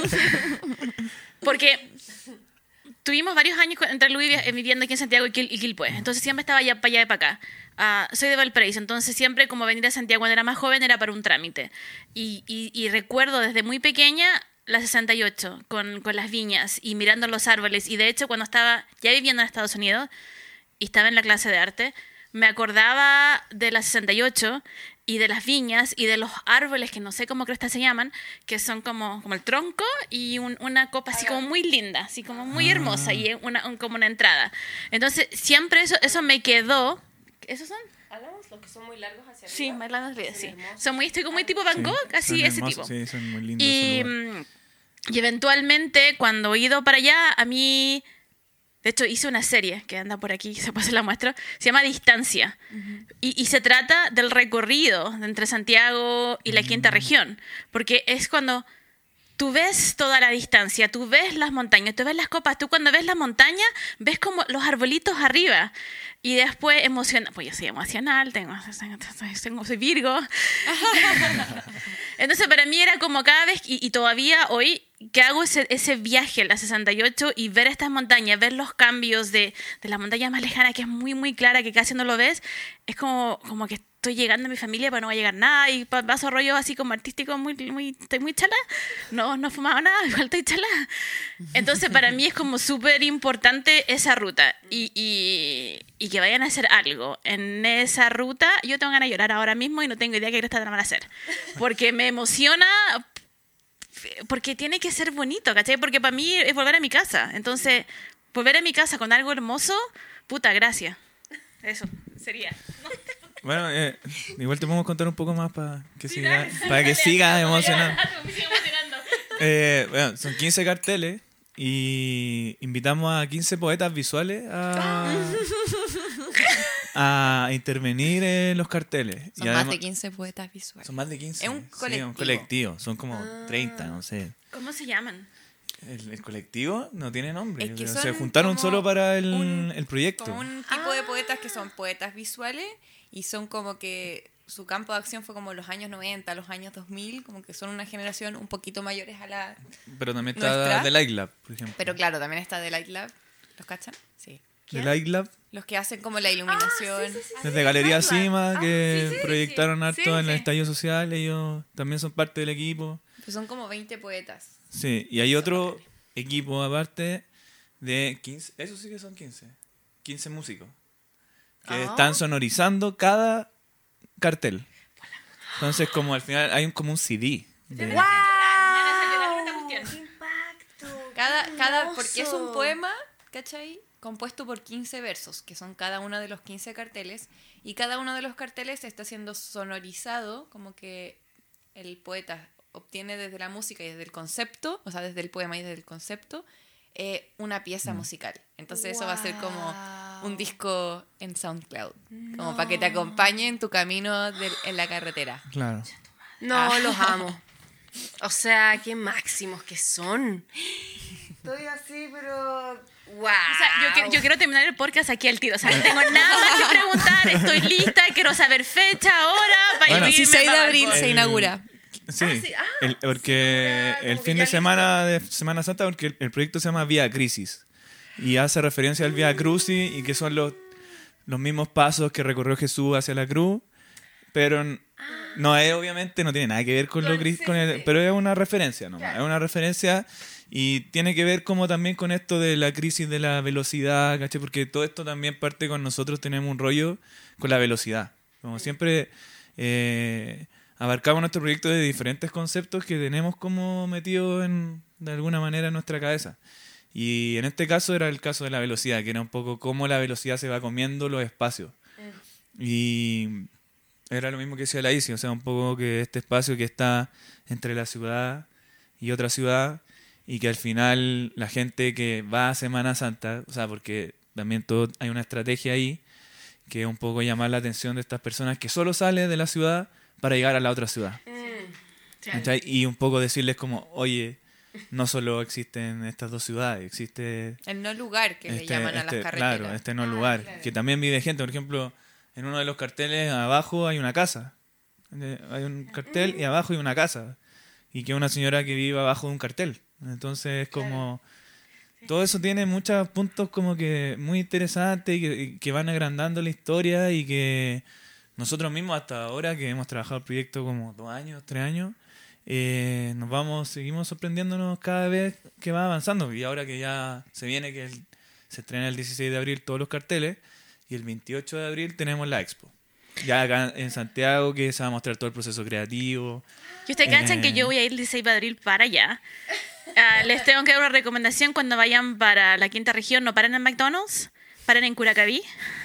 Porque... Tuvimos varios años entre Luis viviendo aquí en Santiago y, Quil- y Quilpué. Entonces siempre estaba ya para allá y para acá. Uh, soy de Valparaíso, entonces siempre como venir a Santiago cuando era más joven era para un trámite. Y, y, y recuerdo desde muy pequeña la sesenta y ocho con, con las viñas y mirando los árboles. Y de hecho cuando estaba ya viviendo en Estados Unidos y estaba en la clase de arte, me acordaba de la sesenta y ocho y de las viñas y de los árboles que no sé cómo cresta se llaman, que son como, como el tronco y un, una copa así como muy linda, así como muy hermosa y una, un, como una entrada. Entonces siempre eso, eso me quedó. ¿Esos son? ¿Álamos? Los que son muy largos hacia arriba. Sí, más largos hacia Son sí. hermosos. Son muy, estoy como muy tipo Van Gogh, Sí, así son ese hermosos, tipo. Sí, son muy lindos. Y, esos lugares. y eventualmente cuando he ido para allá, a mí... De hecho, hice una serie que anda por aquí, se pasa la muestra, se llama Distancia. Uh-huh. Y, y se trata del recorrido entre Santiago y la quinta uh-huh. región. Porque es cuando tú ves toda la distancia, tú ves las montañas, tú ves las copas, tú cuando ves la montaña, ves como los arbolitos arriba. Y después emocional, pues yo soy emocional, tengo, tengo soy Virgo. Entonces para mí era como cada vez, y, y todavía hoy, que hago ese, ese viaje a la sesenta y ocho y ver estas montañas, ver los cambios de, de la montaña más lejana, que es muy, muy clara, que casi no lo ves, es como, como que estoy llegando a mi familia, pero no va a llegar nada, y paso rollo así como artístico, muy, muy, estoy muy chala, no, no he fumado nada, igual estoy chala. Entonces para mí es como súper importante esa ruta, y, y, y que vayan a hacer algo en esa ruta. Yo tengo ganas de llorar ahora mismo y no tengo idea qué cresta van a hacer, porque me emociona... Porque tiene que ser bonito, ¿cachai? Porque para mí es volver a mi casa. Entonces, volver a mi casa con algo hermoso, puta, gracias. Eso sería. Bueno, eh, igual te podemos contar un poco más para que, sí, siga, dale, para dale, que siga emocionando. Me sigue emocionando. Eh, bueno, son quince carteles y invitamos a quince poetas visuales a, a intervenir en los carteles. Son y más además, de quince poetas visuales. Son más de quince. Es un colectivo. Sí, un colectivo. Son como ah. treinta, no sé. ¿Cómo se llaman? El, el colectivo no tiene nombre. Es que pero son se juntaron como solo para el, un- el proyecto. Como un tipo de poetas que son poetas visuales y son como que su campo de acción fue como los años noventa, los años dos mil, como que son una generación un poquito mayores a la... Pero también está nuestra. The Light Lab, por ejemplo. Pero claro, también está The Light Lab. ¿Los cachan? Sí. The Light Lab. Los que hacen como la iluminación. Desde Galería Cima, que sí, sí, proyectaron sí. harto Sí, en el sí. estallido social. Ellos también son parte del equipo. Pues son como veinte poetas. Sí, y hay otro equipo aparte de quince. Eso sí que son quince. quince músicos. Que Ah. están sonorizando cada cartel. Entonces, como al final hay un, como un C D. de- Cada, cada, porque es un poema, ¿cachai? Compuesto por quince versos, que son cada uno de los quince carteles, y cada uno de los carteles está siendo sonorizado, como que el poeta obtiene desde la música y desde el concepto, o sea, desde el poema y desde el concepto, eh, una pieza musical. Entonces eso va a ser como un disco en SoundCloud, como para que te acompañe en tu camino de- en la carretera. Claro. No, Ah. los amo. O sea, qué máximos que son. Estoy así, pero... ¡Wow! O sea, yo, quiero, yo quiero terminar el podcast aquí al tiro. O sea, no tengo nada más que preguntar. Estoy lista, quiero saber fecha, hora. Para Bueno. irme dieciséis de para abril Valpo. se El- inaugura. Sí, Ah, sí. Ah, el- porque sí, como el que fin ya de semana de Semana Santa, porque el, el proyecto se llama Vía Crisis y hace referencia al Vía Crucis y que son los los mismos pasos que recorrió Jesús hacia la cruz, pero n- no es, obviamente, no tiene nada que ver con lo cris- con el, pero es una referencia, ¿no? Es una referencia y tiene que ver como también con esto de la crisis de la velocidad, ¿cachai? Porque todo esto también parte con nosotros, tenemos un rollo con la velocidad. Como siempre, eh, abarcamos nuestro proyecto de diferentes conceptos que tenemos como metidos en, de alguna manera en nuestra cabeza. Y en este caso era el caso de la velocidad, que era un poco cómo la velocidad se va comiendo los espacios. Y era lo mismo que decía la Isi, o sea, un poco que este espacio que está entre la ciudad y otra ciudad, y que al final la gente que va a Semana Santa, o sea, porque también todo, hay una estrategia ahí, que es un poco llamar la atención de estas personas que solo salen de la ciudad para llegar a la otra ciudad. ¿Cachai? Y un poco decirles como, oye, no solo existen estas dos ciudades, existe El no lugar que le este, llaman a este- las carreteras. claro, este no lugar, que también vive gente. Por ejemplo, en uno de los carteles abajo hay una casa. Eh, Hay un cartel y abajo hay una casa. Y que una señora que vive abajo de un cartel. Entonces es como... Todo eso tiene muchos puntos como que muy interesantes y que, y que van agrandando la historia y que nosotros mismos hasta ahora que hemos trabajado el proyecto como dos años, tres años, eh, nos vamos, seguimos sorprendiéndonos cada vez que va avanzando. Y ahora que ya se viene, que el- se estrena el dieciséis de abril todos los carteles y el veintiocho de abril tenemos la expo. Ya acá en Santiago que se va a mostrar todo el proceso creativo. Y ustedes cachan que Eh. yo voy a ir el dieciséis de abril para allá. Ah, les tengo que dar una recomendación cuando vayan para la quinta región. No paren en McDonald's, paren en Curacaví.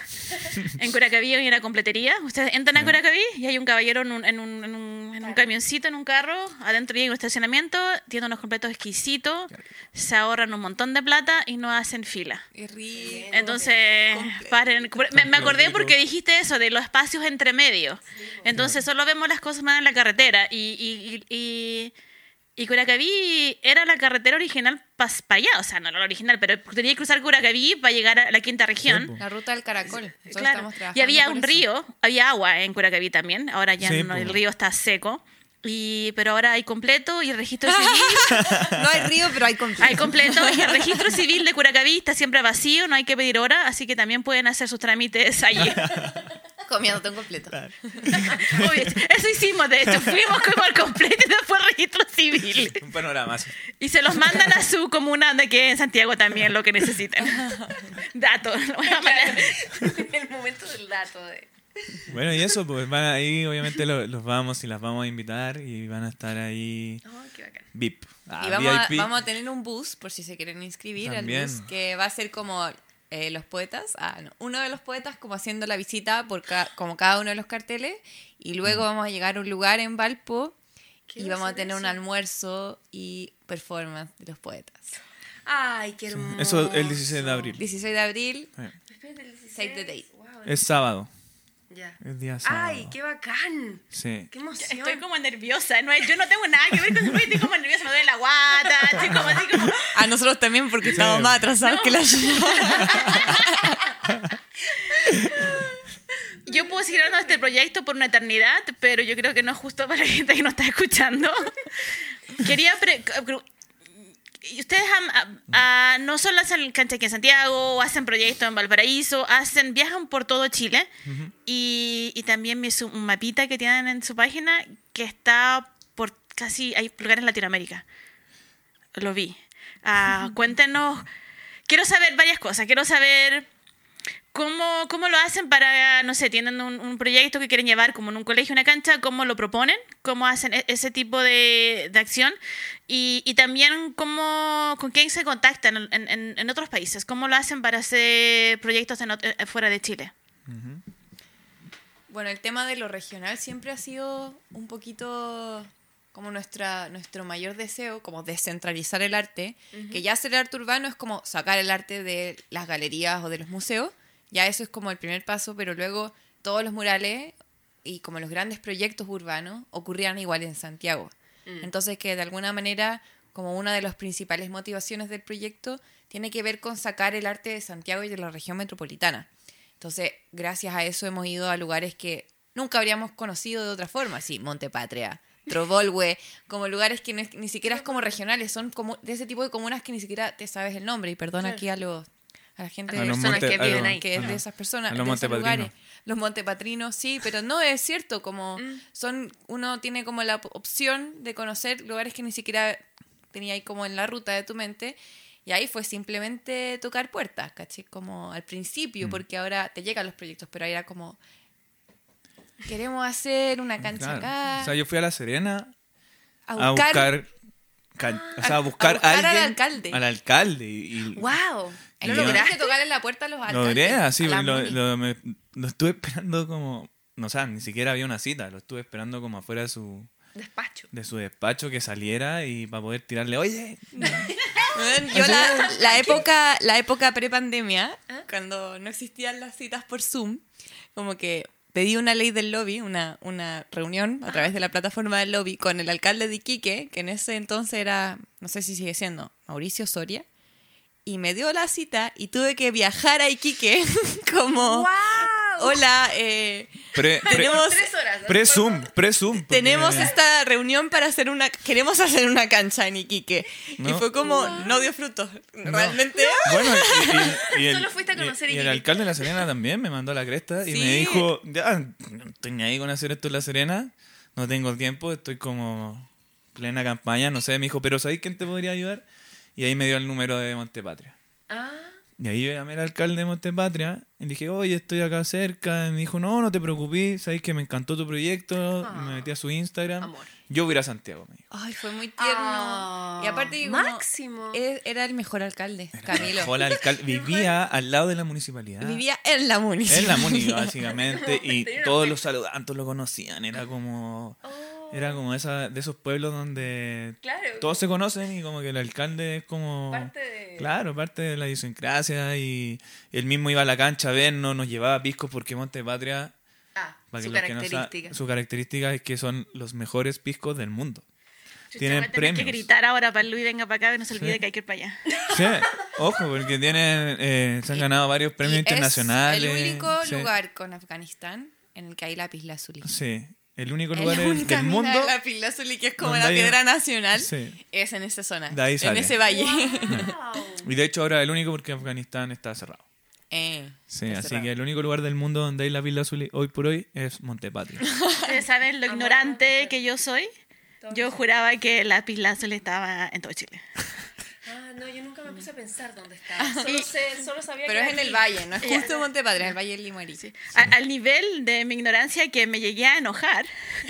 En Curacaví hay una completería. Ustedes entran a Curacaví y hay un caballero en un, en un, en un, en un camioncito, en un carro. Adentro hay un estacionamiento. Tiene unos completos exquisitos. Se ahorran un montón de plata y no hacen fila. Es rico. Entonces, paren. Me, me acordé porque dijiste eso de los espacios entre medio. Entonces, solo vemos las cosas más en la carretera. Y, y, y, y, y Curacaví era la carretera original para allá. O sea, no la original, pero tenía que cruzar Curacaví para llegar a la quinta región. po. La ruta del caracol. Nosotros Claro. estamos trabajando Y había por un eso. río, había agua en Curacaví también. Ahora ya Sí, no, po. el río está seco. Y, pero ahora hay completo y el registro civil. No hay río, pero hay completo. Hay completo y el registro civil de Curacaví está siempre vacío, no hay que pedir hora, así que también pueden hacer sus trámites allí. Comiéndote un completo. Oye, eso hicimos, de hecho, fuimos como al completo y después al registro civil. Un panorama. sí. Y se los mandan a su comuna de que en Santiago también lo que necesiten. Datos. El momento del dato. De... Bueno, y eso, pues van ahí, obviamente lo- los vamos y las vamos a invitar y van a estar ahí Oh, qué bacán. V I P. Ah, Y vamos a, V I P. vamos a tener un bus, por si se quieren inscribir, También. al bus, que va a ser como eh, los poetas, ah, no, uno de los poetas como haciendo la visita por ca- como cada uno de los carteles, y luego vamos a llegar a un lugar en Valpo ¿Qué y va a vamos a ser tener un eso? almuerzo y performance de los poetas. Ay, qué hermoso. Eso el dieciséis de abril. dieciséis de abril, Eh, Espérate, el dieciséis. Save the date. Wow, Es sábado. ya. Es día sábado. Ay, qué bacán. Sí. Qué emoción. Estoy como nerviosa, no, yo no tengo nada que ver con eso, estoy como nerviosa, me duele la guata, estoy como así como... a nosotros también porque estamos más atrasados que la Yo puedo seguir hablando de este proyecto por una eternidad, pero yo creo que no es justo para la gente que nos está escuchando. Quería... Pre y ustedes han- a- a- no solo hacen cancha aquí en Santiago, hacen proyectos en Valparaíso, hacen viajan por todo Chile. y, y también me hizo un mapita que tienen en su página que está por casi... Hay lugares en Latinoamérica. Lo vi. Ah, cuéntenos... Quiero saber varias cosas. Quiero saber... ¿Cómo, ¿Cómo lo hacen para, no sé, tienen un, un proyecto que quieren llevar como en un colegio, una cancha? ¿Cómo lo proponen? ¿Cómo hacen e- ese tipo de, de acción? Y, y también cómo, con quién se contactan en, en, en otros países. ¿Cómo lo hacen para hacer proyectos en, ot- eh, fuera de Chile? Bueno, el tema de lo regional siempre ha sido un poquito como nuestra, nuestro mayor deseo, como descentralizar el arte, que ya hacer el arte urbano es como sacar el arte de las galerías o de los museos, ya eso es como el primer paso, pero luego todos los murales y como los grandes proyectos urbanos ocurrían igual en Santiago. Entonces que de alguna manera como una de las principales motivaciones del proyecto tiene que ver con sacar el arte de Santiago y de la región metropolitana. Entonces, gracias a eso hemos ido a lugares que nunca habríamos conocido de otra forma, así, Montepatria, Trovolwe, como lugares que ni, ni siquiera es como regionales, son como de ese tipo de comunas que ni siquiera te sabes el nombre, y perdón aquí a los, a la gente A de los personas monte- que a viven los- ahí. que es ajá. de esas personas, A los de esos montepatrinos. lugares. Los montepatrinos, sí, pero no es cierto, como Mm. son, uno tiene como la opción de conocer lugares que ni siquiera tenía ahí como en la ruta de tu mente, y ahí fue simplemente tocar puertas, ¿caché? Como al principio, Mm. porque ahora te llegan los proyectos, pero ahí era como, queremos hacer una cancha Claro. acá, O sea, yo fui a La Serena a a buscar, buscar, can- o sea, a a buscar, buscar al alguien, alcalde. al alcalde y, y ¡Wow! ¿No y lo yo- lograste tocar en la puerta a los alcaldes? logré así, A la lo, Muni. lo- me- lo estuve esperando como, no, o sea, ni siquiera había una cita, lo estuve esperando como afuera de su, Despacho. de su despacho que saliera y para poder tirarle, oye, Bueno, yo la, la época la época pre-pandemia, cuando no existían las citas por Zoom, como que pedí una ley del lobby, una, una reunión a través de la plataforma del lobby con el alcalde de Iquique, que en ese entonces era, no sé si sigue siendo, Mauricio Soria, y me dio la cita y tuve que viajar a Iquique como, ¡Wow! hola, eh, pre, pre, tenemos... Tres horas. ¿no? pre-zoom, pre-zoom. porque- Tenemos esta reunión para hacer una... Queremos hacer una cancha en Iquique. Y No. fue como, no dio frutos. Realmente... Bueno, y, y- y el, Solo fuiste a conocer y- y el Iquique. alcalde de La Serena también me mandó a la cresta y Sí. me dijo, ya, no estoy ni ahí con hacer esto en La Serena, no tengo tiempo, estoy como plena campaña, no sé, me dijo, pero ¿sabéis quién te podría ayudar? Y ahí me dio el número de Montepatria. Ah, Y ahí yo llamé al alcalde de Montepatria y le dije, oye, estoy acá cerca. Y me dijo, no, no te preocupes, sabes que me encantó tu proyecto. Ah. Me metí a su Instagram. Amor. Yo voy a ir a Santiago, me dijo. Ay, fue muy tierno. Ah, y aparte, como, máximo. e- era el mejor alcalde, Camilo. Hola, alcalde. Vivía al lado de la municipalidad. Vivía en la municipalidad. En la muni, básicamente. Y Tenía una todos fe. los saludantes lo conocían. Era como... Oh, Era como esa, de esos pueblos donde claro. todos se conocen y como que el alcalde es como... Parte de... Claro, parte de la idiosincrasia y él mismo iba a la cancha a vernos, nos llevaba piscos porque Montepatria, Ah, para su que los que no característica. sa- su característica es que son los mejores piscos del mundo. Chucha, Tienen voy a tener premios. que gritar ahora para Luis venga para acá y no se olvide Sí. que hay que ir para allá. Sí, ojo, porque tienen, eh, se han ganado varios premios Y internacionales. Es el único Sí. lugar con Afganistán en el que hay lapislázuli. Sí, el único Es lugar la del, única del mina mundo. de lapislázuli que es como donde la hay- piedra nacional. Sí. Es en esa zona. De ahí en sale. ese valle. Wow. Y de hecho ahora el único porque Afganistán está cerrado. Eh, Sí, está así cerrado. que el único lugar del mundo donde hay la pila azul hoy por hoy es Montepatria. Ustedes saben lo ignorante que yo soy. Yo juraba que la Lazuli estaba en todo Chile. Ah, no, yo nunca me puse a pensar dónde estaba. Solo, sé, solo sabía Pero que es en era el aquí. valle, no es justo Montepatria, es el valle del Limarí. A- al nivel de mi ignorancia que me llegué a enojar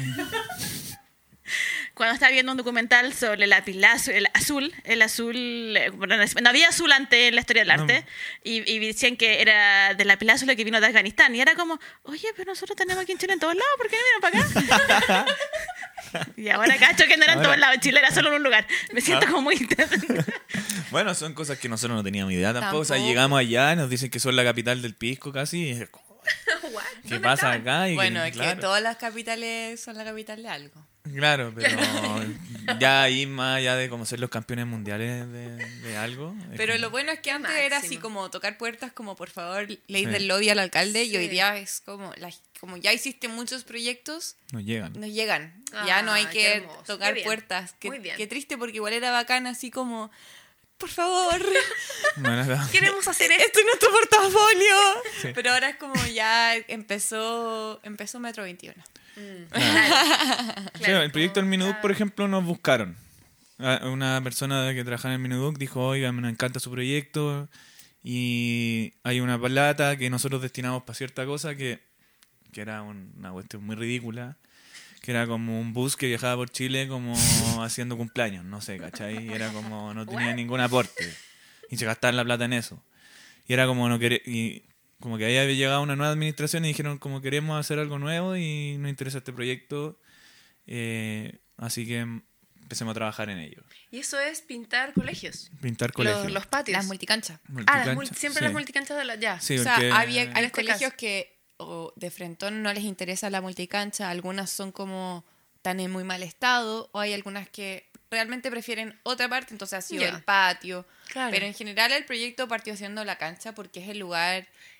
cuando estaba viendo un documental sobre el lapislázuli, el azul, el azul, eh, bueno, no había azul antes en la historia del No. arte, y, y decían que era del lapislázuli que vino de Afganistán, y era como, oye, pero nosotros tenemos aquí en Chile en todos lados, ¿por qué no vino para acá? Y ahora cacho que no era en Ahora- todos lados, en Chile era solo en un lugar. Me siento Ah. como muy... Bueno, son cosas que nosotros no teníamos idea tampoco. O sea, Tampoco. llegamos allá, nos dicen que son la capital del pisco casi. Y es como, What? ¿qué ¿Dónde pasa estaban? acá? Y Bueno, que- es que claro, todas las capitales son la capital de algo. claro, pero ya ahí más allá de como ser los campeones mundiales de, de algo. es Pero como- lo bueno es que antes era así Máximo. como tocar puertas como por favor ley Sí. del lobby al alcalde y hoy Sí. día es como la- como ya hiciste muchos proyectos, nos llegan. nos llegan. ya no hay Ah, qué que hermoso. tocar Qué bien. puertas. Qué, Muy bien. qué triste porque igual era bacán así como por favor, No era- Queremos hacer esto. esto es nuestro portafolio. Sí. Pero ahora es como ya empezó empezó Metro veintiuno. Mm, Claro. Sí, claro, el proyecto del como- Minuduc, por ejemplo, nos buscaron. A- Una persona que trabajaba en el Minuduc dijo, oiga, me encanta su proyecto y hay una plata que nosotros destinamos para cierta cosa que, que era un- una cuestión muy ridícula, que era como un bus que viajaba por Chile como haciendo cumpleaños, no sé, ¿cachai? Y era como, no tenía ningún aporte y se gastaban la plata en eso. Y era como, no querer, y como que ahí había llegado una nueva administración y dijeron como queremos hacer algo nuevo y nos interesa este proyecto, eh, así que empecemos a trabajar en ello. Y eso es pintar colegios. Pintar Los, colegios. los patios. Las multicanchas. Ah, las Multicancha, multi- siempre sí. las multicanchas de la... Ya. Sí, O sea, porque- había, hay este colegios caso. que o de frentón no les interesa la multicancha, algunas son como están en muy mal estado, o hay algunas que realmente prefieren otra parte, entonces ha sido Ya. el patio. Claro. Pero en general el proyecto partió siendo la cancha porque es el lugar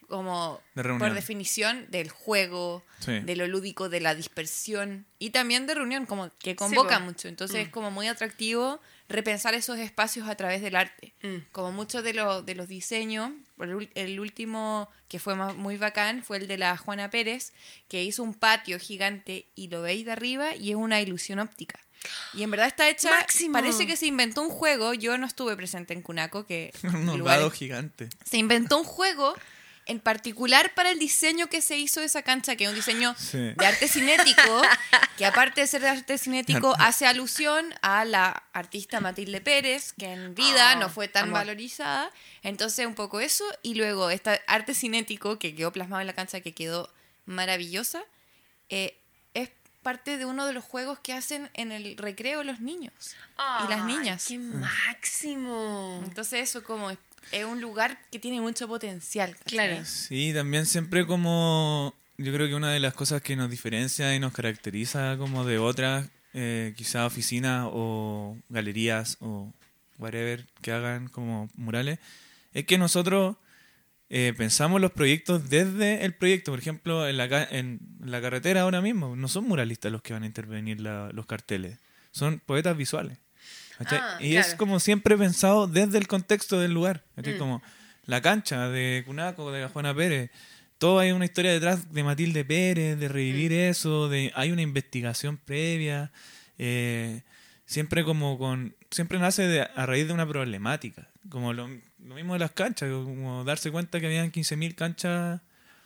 como De reunión. por definición del juego, Sí. de lo lúdico, de la dispersión y también de reunión, como que convoca po. mucho. Entonces Mm. es como muy atractivo repensar esos espacios a través del arte. Mm. Como muchos de, los de los diseños, por el, ul- el último que fue más- muy bacán fue el de la Juana Pérez, que hizo un patio gigante y lo veis de arriba y es una ilusión óptica. Y en verdad está hecha, ¡Máximo! parece que se inventó un juego, yo no estuve presente en Cunaco, que Unos lugares- dados gigantes. se inventó un juego en particular para el diseño que se hizo de esa cancha, que es un diseño Sí. de arte cinético, que aparte de ser de arte cinético, hace alusión a la artista Matilde Pérez, que en vida Oh, no fue tan amor. valorizada. Entonces, un poco eso, y luego este arte cinético que quedó plasmado en la cancha, que quedó maravillosa, eh, es parte de uno de los juegos que hacen en el recreo los niños y las Ay, niñas. ¡Qué máximo! Entonces, eso como es, es un lugar que tiene mucho potencial. ¿cachai? Claro. Sí, también siempre como... Yo creo que una de las cosas que nos diferencia y nos caracteriza como de otras, eh, quizá oficinas o galerías o whatever que hagan como murales, es que nosotros eh, pensamos los proyectos desde el proyecto. Por ejemplo, en la, ca- en la carretera ahora mismo no son muralistas los que van a intervenir la- los carteles, son poetas visuales. ¿Cachai? Ah, y es claro. como siempre pensado desde el contexto del lugar. ¿Cachai? Mm. Como la cancha de Cunaco, de la Juana Pérez. Todo hay una historia detrás de Matilde Pérez, de revivir Mm. eso, de hay una investigación previa. eh, siempre como con siempre nace de- a raíz de una problemática. Como lo, lo mismo de las canchas, como darse cuenta que habían quince mil canchas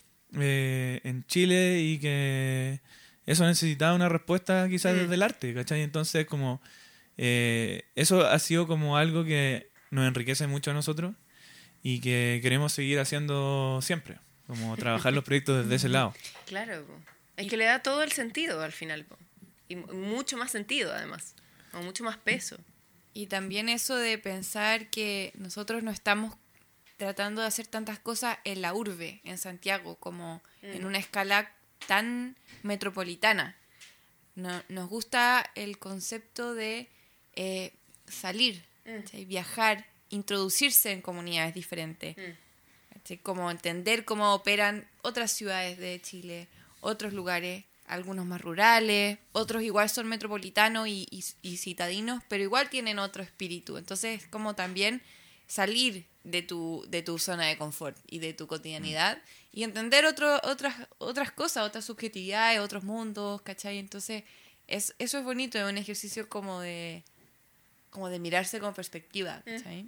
eh, en Chile y que eso necesitaba una respuesta quizás Mm. desde el arte, ¿cachai? Entonces como eh, eso ha sido como algo que nos enriquece mucho a nosotros y que queremos seguir haciendo siempre, como trabajar los proyectos desde ese lado. Claro, po. Es que le da todo el sentido al final, po. Y mu- mucho más sentido, además. O mucho más peso. Y también eso de pensar que nosotros no estamos tratando de hacer tantas cosas en la urbe, en Santiago, como en una escala tan metropolitana. No, nos gusta el concepto de eh, salir, Mm. ¿cachai? Viajar, introducirse en comunidades diferentes. ¿Cachai? Como entender cómo operan otras ciudades de Chile, otros lugares, algunos más rurales, otros igual son metropolitanos y, y, y citadinos, pero igual tienen otro espíritu. Entonces es como también salir de tu, de tu zona de confort y de tu cotidianidad y entender otro, otras, otras cosas, otras subjetividades, otros mundos, ¿cachai? Entonces es, eso es bonito, es un ejercicio como de, como de mirarse con perspectiva, ¿cachai?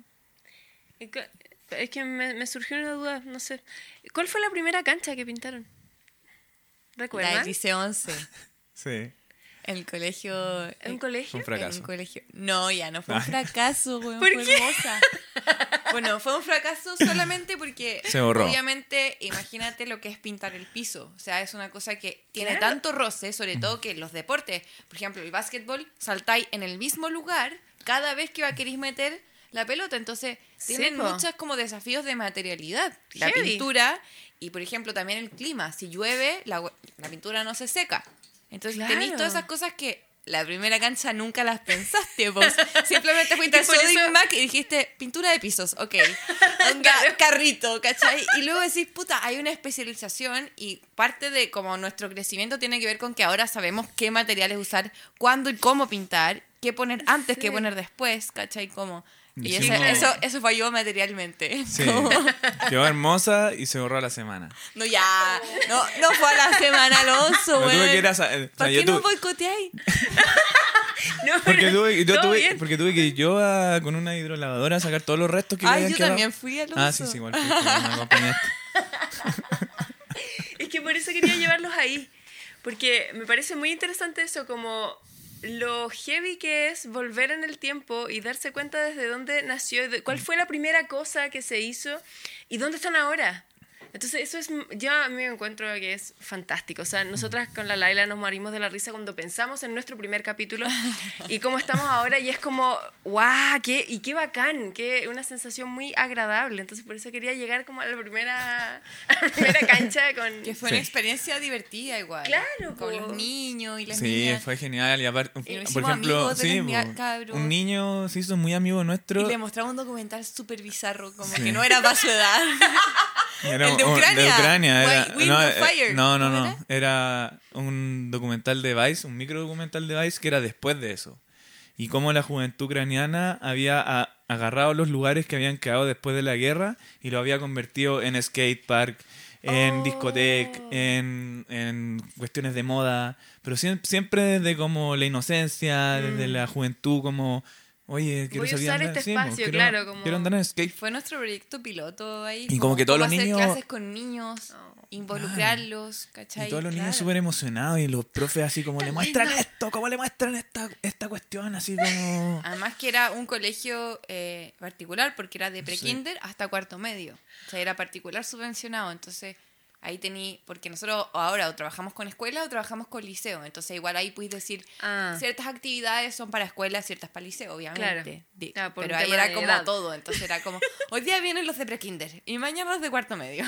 Y cu- Es que me, me surgió una duda, no sé. ¿Cuál fue la primera cancha que pintaron? La ¿Recuerdan? del Liceo once. Sí. En el colegio. ¿En un Fue colegio? un fracaso. En un colegio. No, ya, no fue un Ay. fracaso, weón. ¿Por Fue qué? hermosa. Bueno, fue un fracaso solamente porque. Se borró. Obviamente, imagínate lo que es pintar el piso. O sea, es una cosa que tiene Claro. tanto roce, sobre todo que los deportes. Por ejemplo, el básquetbol, saltáis en el mismo lugar cada vez que va queréis meter la pelota. Entonces, Sí, tienen po. muchos como desafíos de materialidad. La Heavy. pintura y, por ejemplo, también el clima. Si llueve, la, la pintura no se seca. Entonces, Claro. tenéis todas esas cosas que la primera cancha nunca las pensaste vos. Simplemente fuiste al Y por eso- Sodimac y dijiste, pintura de pisos, ok. Onda, carrito, ¿cachai? Y luego decís, puta, hay una especialización y parte de como nuestro crecimiento tiene que ver con que ahora sabemos qué materiales usar, cuándo y cómo pintar, qué poner antes, Sí. qué poner después, ¿cachai? Como... Y ese- Hicimos- eso, eso falló materialmente. Sí. Como- Quedó hermosa y se borró a la semana. no, ya. No, no fue a la semana, Alonso, No tuve güey. que ir a sa- eh, o sea, ¿Para yo qué nos tuve- boicoteáis? No, porque pero tuve, yo todo tuve, bien. porque tuve que ir yo a- con una hidrolavadora a sacar todos los restos que Ay, habían yo quedado. también fui, Alonso. Ah, sí, sí, igual. fuiste, me acompañaste. Es que por eso quería llevarlos ahí. Porque me parece muy interesante eso, como lo heavy que es volver en el tiempo y darse cuenta desde dónde nació, de- cuál fue la primera cosa que se hizo y dónde están ahora. Entonces eso es, yo a mí me encuentro que es fantástico. O sea, nosotras con la Laila nos morimos de la risa cuando pensamos en nuestro primer capítulo y cómo estamos ahora y es como, guau, qué, y qué bacán, qué una sensación muy agradable. Entonces por eso quería llegar como a la primera, a la primera cancha con... Que fue Sí. una experiencia divertida igual. Claro, Con po. los niños y las Sí, niñas. fue genial. Y aparte, Y nos por hicimos ejemplo, amigos de sí, los niña- po, cabros. un niño se hizo muy amigo nuestro. Y le mostraba un documental súper bizarro, como Sí. que no era para su edad. Era El de un- Ucrania. de Ucrania. Era, Why- Wind no, of eh, Fire. no, no, ¿Cómo no. Era un documental de Vice, un micro documental de Vice que era después de eso. Y cómo la juventud ucraniana había a- agarrado los lugares que habían quedado después de la guerra y lo había convertido en skate park, en Oh. discoteca, en, en cuestiones de moda, pero siem- siempre desde como la inocencia, desde la juventud, como, oye, quiero Voy a salir a usar andar, este sí, pues, espacio, quiero, claro, como- quiero andar en skate. Fue nuestro proyecto piloto ahí. Y como que todos cómo los hacer niños- clases con niños, involucrarlos, ¿cachai? Y todos los niños Claro. súper emocionados y los profes así como le muestran esto, como le muestran esta, esta cuestión, así como... Además que era un colegio eh, particular porque era de pre-kinder hasta cuarto medio. O sea, era particular subvencionado. Entonces, ahí tení... Porque nosotros ahora o trabajamos con escuela o trabajamos con liceo. Entonces, igual ahí puedes decir Ah. ciertas actividades son para escuela, ciertas para liceo, obviamente. Claro. Di- Claro, por Pero un ahí tema era de como edad. todo. Entonces, era como, hoy día vienen los de pre-kinder y mañana los de cuarto medio.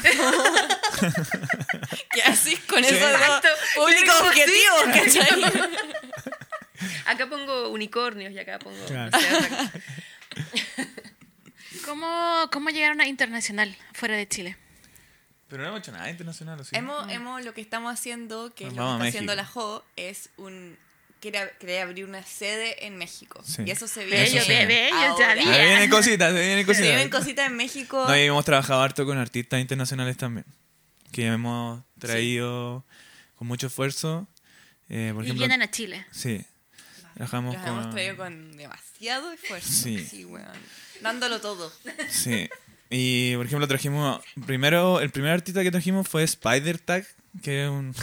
Que así con eso de Exacto. público Yo digo, objetivo, sí. ¿cachai? Acá pongo unicornios y acá pongo... Claro. no sé, otra- ¿Cómo, ¿Cómo llegaron a internacional fuera de Chile? Pero no hemos hecho nada internacional, ¿o sí? Hemos, hemos, lo que estamos haciendo, que es Nos lo que vamos está a haciendo la México. Jo, es un... Quiere, quiere abrir una sede en México. Sí. Y eso se viene. Bello, Bello, bello, ahora. ya Se vienen cositas, se vienen Se cositas. vienen cositas en México. No, y hemos trabajado harto con artistas internacionales también, que hemos traído con mucho esfuerzo. Eh, por Y ejemplo, vienen a Chile. sí, trabajamos Los con... hemos traído con demasiado esfuerzo. Sí. Sí, weón. Dándolo todo. Sí. Y por ejemplo trajimos primero el primer artista que trajimos fue Spider Tag, que es un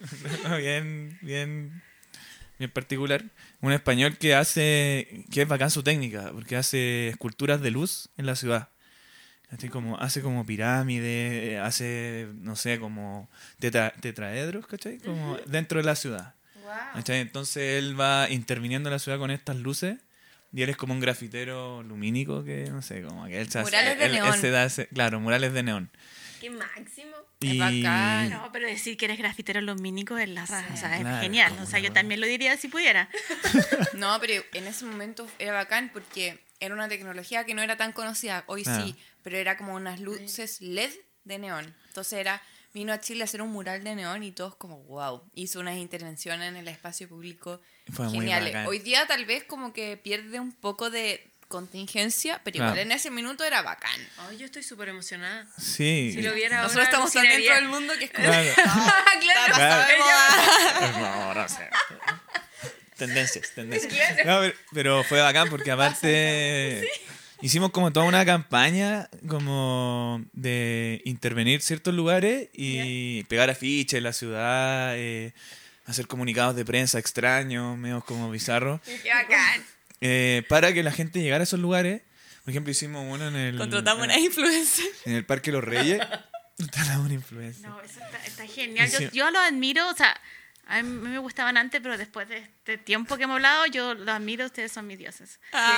bien bien bien particular, un español que hace que es bacán su técnica, porque hace esculturas de luz en la ciudad. Así como hace como pirámides, hace no sé, como tetra- tetraedros, ¿cachai? Como dentro de la ciudad. ¿Cachai? Entonces él va interviniendo en la ciudad con estas luces. Y él es como un grafitero lumínico que, no sé, como que él se hace... Murales de él- él neón. se da ese- claro, murales de neón. ¡Qué máximo! Y... bacán. No, pero decir que eres grafitero lumínico es la raza, o sea, es Claro, genial. como O sea, yo una- también lo diría si pudiera. No, pero en ese momento era bacán porque era una tecnología que no era tan conocida. Hoy Claro. sí, pero era como unas luces L E D de neón. Entonces era, vino a Chile a hacer un mural de neón y todos como, wow. Hizo unas intervenciones en el espacio público Fue muy geniales. bacán. Hoy día tal vez como que pierde un poco de contingencia, pero igual Claro. en ese minuto era bacán. Ay, yo estoy súper emocionada. Sí. Si lo viera Nosotros ahora, estamos tan dentro alucinaría. del mundo que es como... Claro. claro. pasado de moda. No, no sé. Tendencias, tendencias. No, pero, pero fue bacán porque aparte hicimos como toda una campaña como de intervenir ciertos lugares y pegar afiches en la ciudad, eh, hacer comunicados de prensa extraños, medio como bizarros, Qué bacán. eh, para que la gente llegara a esos lugares. Por ejemplo, hicimos uno en el, Contratamos en, una influencer. en el Parque Los Reyes. Contratamos una influencer. No, eso está, está genial. Yo, Sí. yo lo admiro, o sea, a mí me gustaban antes, pero después de este tiempo que hemos hablado, yo lo admiro, ustedes son mis dioses.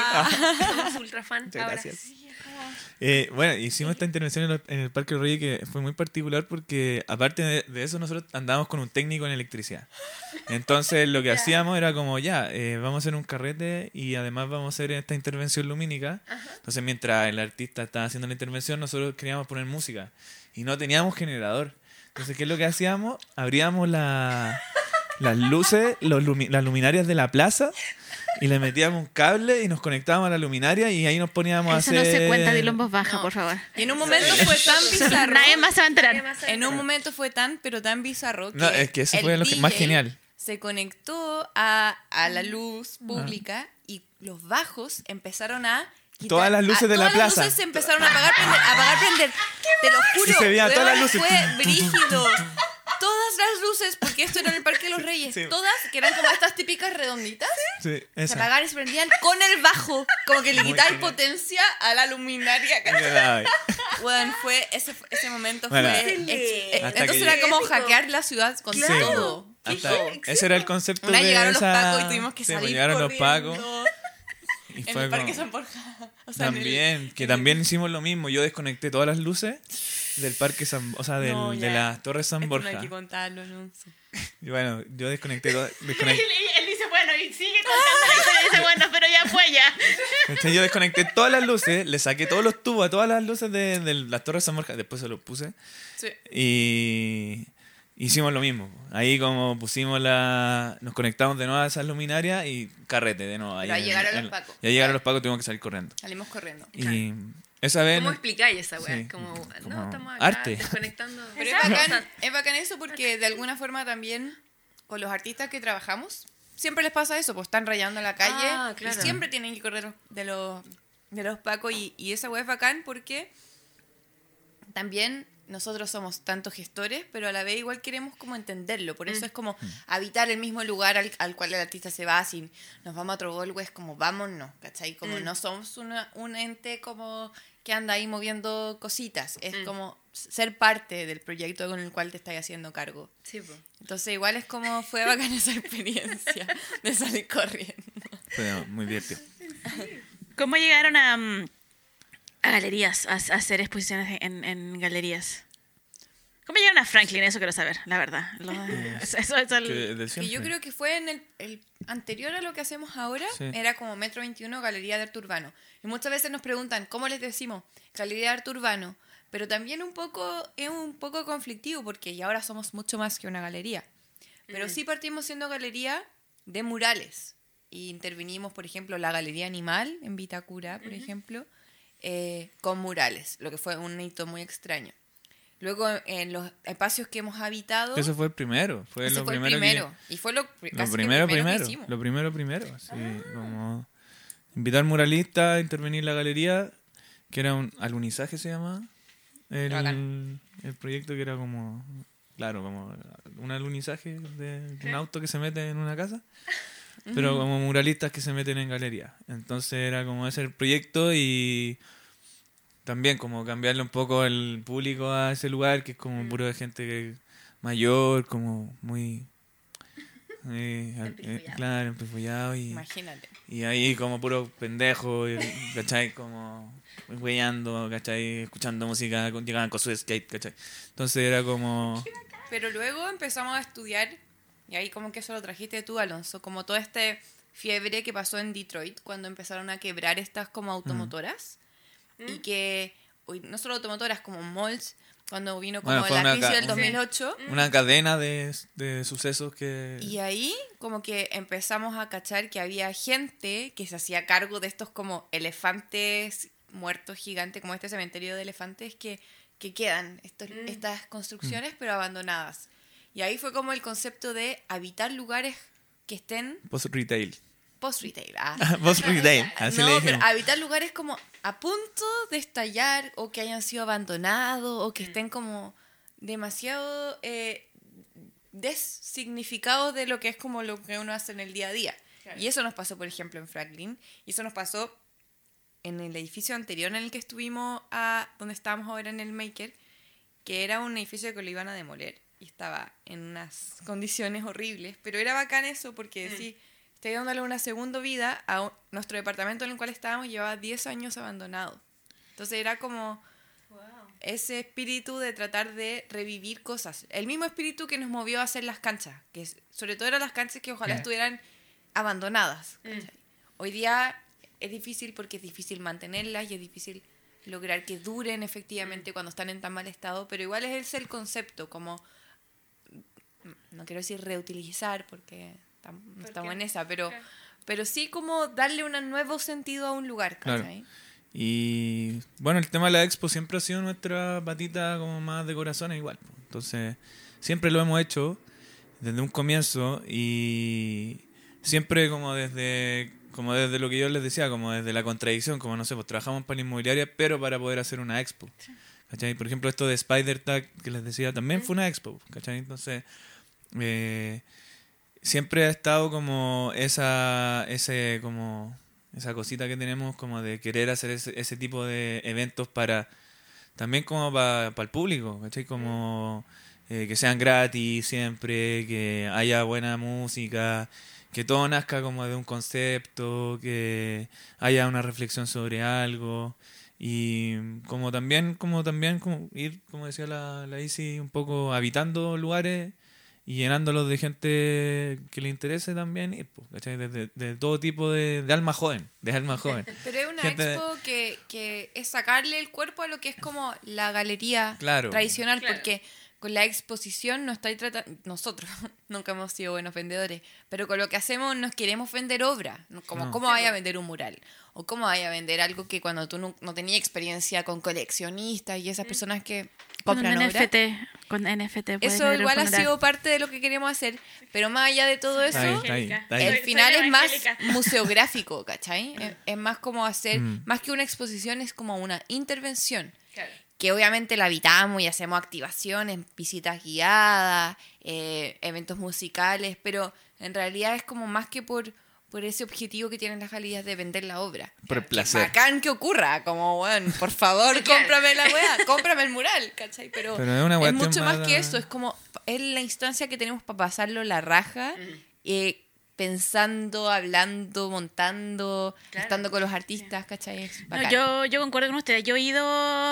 Somos ultra fan. Muchas ahora. gracias. Sí, es como- Eh, bueno, hicimos esta intervención en, los- en el Parque Los Reyes que fue muy particular porque aparte de, de eso nosotros andábamos con un técnico en electricidad. Entonces lo que hacíamos era como ya, eh, vamos a hacer un carrete y además vamos a hacer esta intervención lumínica. Entonces mientras el artista estaba haciendo la intervención nosotros queríamos poner música y no teníamos generador. Entonces, ¿qué es lo que hacíamos? Abríamos la, las luces, los lumi- las luminarias de la plaza y le metíamos un cable y nos conectábamos a la luminaria y ahí nos poníamos a Eso hacer... no se cuenta, dilo en voz baja, No. por favor. Y en un momento fue tan bizarro. Nadie más se va a enterar. Nadie más se En un entera. momento fue tan, pero tan bizarro que, No, es que eso el fue lo que- más D J genial. se conectó a, a la luz pública y los bajos empezaron a quitar- Todas las luces a- de la todas las plaza. luces se empezaron a apagar, prender, a apagar, prender. Te lo juro. Y se veían todas las weón, luces. Fue brígido. Todas las luces, porque esto era en el Parque de los Reyes, Sí. todas, que eran como estas típicas redonditas, Sí, se esa. apagaban y se prendían con el bajo. Como que le Muy quitaban genial. potencia a la luminaria. Ay. Bueno, fue ese, ese momento Bueno, fue ex- eh, hasta entonces que- era como hackear la ciudad con Sí, todo. hasta- Todo. ese era el concepto Una de llegaron los esa... pacos y tuvimos que Sí, pues, salir llegaron los corriendo pacos y en fue el Parque como- San Borja. O sea, en el- También, que también hicimos lo mismo. Yo desconecté todas las luces del Parque San... O sea, del- No, de ya. las Torres San Esto Borja. no hay que contarlo, no sé. Y bueno, yo desconecté todo... Él, desconecté- él dice, bueno, y sigue contando la historia y dice, bueno, pero ya fue ya. ¿Cachai? Yo desconecté todas las luces, le saqué todos los tubos a todas las luces de, de las Torres San Borja, después se los puse. Sí. Y hicimos lo mismo. Ahí como pusimos la... Nos conectamos de nuevo a esas luminarias y carrete de nuevo. Ahí Pero ahí en- llegaron en- los pacos. Ya llegaron los pacos, tuvimos que salir corriendo. Salimos corriendo. Y esa vez... ¿Cómo explicáis esa weá? Sí, Como, como no, estamos acá arte. desconectando. Pero es bacán, es bacán eso porque de alguna forma también con los artistas que trabajamos siempre les pasa eso, pues están rayando en la calle Ah, claro. y siempre tienen que correr de los, de los pacos y, y esa wea es bacán porque también nosotros somos tanto gestores, pero a la vez igual queremos como entenderlo, por eso es como habitar el mismo lugar al, al cual el artista se va, si nos vamos a otro Galway es como vámonos, ¿cachai? Como Mm. no somos una, un ente como que anda ahí moviendo cositas, es como ser parte del proyecto con el cual te estás haciendo cargo. Sí, po. Entonces igual es como fue bacán esa experiencia de salir corriendo. Fue muy divertido. ¿Cómo llegaron a, mm, a galerías, a, a hacer exposiciones en, en galerías? ¿Cómo llegaron a Franklin? Eso quiero saber, la verdad. Lo- eso, eso es el- Que de Que siempre. yo creo que fue en el, el anterior a lo que hacemos ahora, Sí. era como Metro veintiuno, Galería de Arte Urbano. Y muchas veces nos preguntan, ¿cómo les decimos? Galería de Arte Urbano. Pero también un poco, es un poco conflictivo porque ya ahora somos mucho más que una galería. Pero sí partimos siendo galería de murales. Y intervinimos, por ejemplo, la Galería Animal en Vitacura, por ejemplo, eh, con murales, lo que fue un hito muy extraño. Luego, en los espacios que hemos habitado... Eso fue el primero. Fue ese lo fue el primero. primero. que- Y fue lo, Lo pri- casi que primero, lo primero, primero. que hicimos. Lo primero, primero. Así, como invitar muralistas a intervenir en la galería, que era un alunizaje, se llamaba. El, Bacán. el proyecto que era como, claro, como un alunizaje de, de un auto que se mete en una casa, pero como muralistas que se meten en galería. Entonces era como ese el proyecto y también como cambiarle un poco el público a ese lugar, que es como puro de gente que- mayor, como muy... eh, eh, Emperifollado. claro, emperifollado y, Imagínate. y ahí como puro pendejo, y, ¿cachai? Como weyando, ¿cachai? Escuchando música, con- llegaban con su skate, ¿cachai? Entonces era como... Pero luego empezamos a estudiar, y ahí como que eso lo trajiste tú, Alonso, como toda esta fiebre que pasó en Detroit cuando empezaron a quebrar estas como automotoras. Y que, uy, no solo automotoras, como malls, cuando vino como Bueno, fue la una crisis ca- del un- dos mil ocho. Una cadena de, de sucesos que... Y ahí como que empezamos a cachar que había gente que se hacía cargo de estos como elefantes muertos gigantes, como este cementerio de elefantes que, que quedan, estos, estas construcciones pero abandonadas. Y ahí fue como el concepto de habitar lugares que estén Post-retail. post-retail. Ah. Post-retail, así No, le pero dijimos. habitar lugares como a punto de estallar o que hayan sido abandonados o que estén como demasiado eh, designificados de lo que es como lo que uno hace en el día a día. Y eso nos pasó, por ejemplo, en Franklin. Y eso nos pasó en el edificio anterior en el que estuvimos, a donde estábamos ahora en el Maker, que era un edificio que lo iban a demoler. Y estaba en unas condiciones horribles. Pero era bacán eso porque sí, estoy dándole una segunda vida a un- nuestro departamento en el cual estábamos, llevaba diez años abandonado. Entonces era como ese espíritu de tratar de revivir cosas. El mismo espíritu que nos movió a hacer las canchas, que es- sobre todo eran las canchas que ojalá Mm. estuvieran abandonadas. ¿cachai? Hoy día es difícil porque es difícil mantenerlas y es difícil lograr que duren efectivamente cuando están en tan mal estado, pero igual es ese el concepto, como, no quiero decir reutilizar porque tam- no estamos en esa, pero, pero sí como darle un nuevo sentido a un lugar, Claro. ¿cachai? Y bueno, el tema de la expo siempre ha sido nuestra patita como más de corazones igual. po. Entonces, siempre lo hemos hecho desde un comienzo y siempre como desde como desde lo que yo les decía, como desde la contradicción, como no sé, pues trabajamos para la inmobiliaria, pero para poder hacer una expo. ¿Cachai? Por ejemplo, esto de Spider Tag que les decía también fue una expo, ¿cachai? Entonces, eh, siempre ha estado como esa ese como esa cosita que tenemos como de querer hacer ese, ese tipo de eventos para también como para el público, ¿cachai? Como eh, que sean gratis siempre, que haya buena música, que todo nazca como de un concepto, que haya una reflexión sobre algo y como también como también como ir, como decía la, la Isi, un poco habitando lugares y llenándolos de gente que le interese también ir, pues, ¿cachai? De, de, de todo tipo de, de alma joven, de alma joven. Pero es una Gente- expo que, que es sacarle el cuerpo a lo que es como la galería Claro. tradicional, Claro. porque con la exposición no estáis tratando, nosotros nunca hemos sido buenos vendedores, pero con lo que hacemos nos queremos vender obra, ¿no? Como No. cómo vaya a vender un mural, o cómo vaya a vender algo que cuando tú no, no tenías experiencia con coleccionistas y esas personas que Con compran un obra. N F T. Con N F T. puedes Eso vender un igual ha funeral. sido parte de lo que queremos hacer, pero más allá de todo eso, Está ahí, está ahí, está ahí. el Soy- final soy es más evangélica. museográfico, ¿cachai? es, es más como hacer, Mm. más que una exposición, es como una intervención. Que obviamente la habitamos y hacemos activaciones, visitas guiadas, eh, eventos musicales, pero en realidad es como más que por, por ese objetivo que tienen las galerías de vender la obra. Por el Que placer. bacán que ocurra, como, bueno, por favor, cómprame la weá, cómprame el mural, ¿cachai? Pero, Pero es una weá mucho más temada. que eso, es como, es la instancia que tenemos para pasarlo la raja, eh, pensando, hablando, montando, estando con los artistas, ¿cachai? Es No, bacán. yo, yo concuerdo con ustedes. Yo he ido,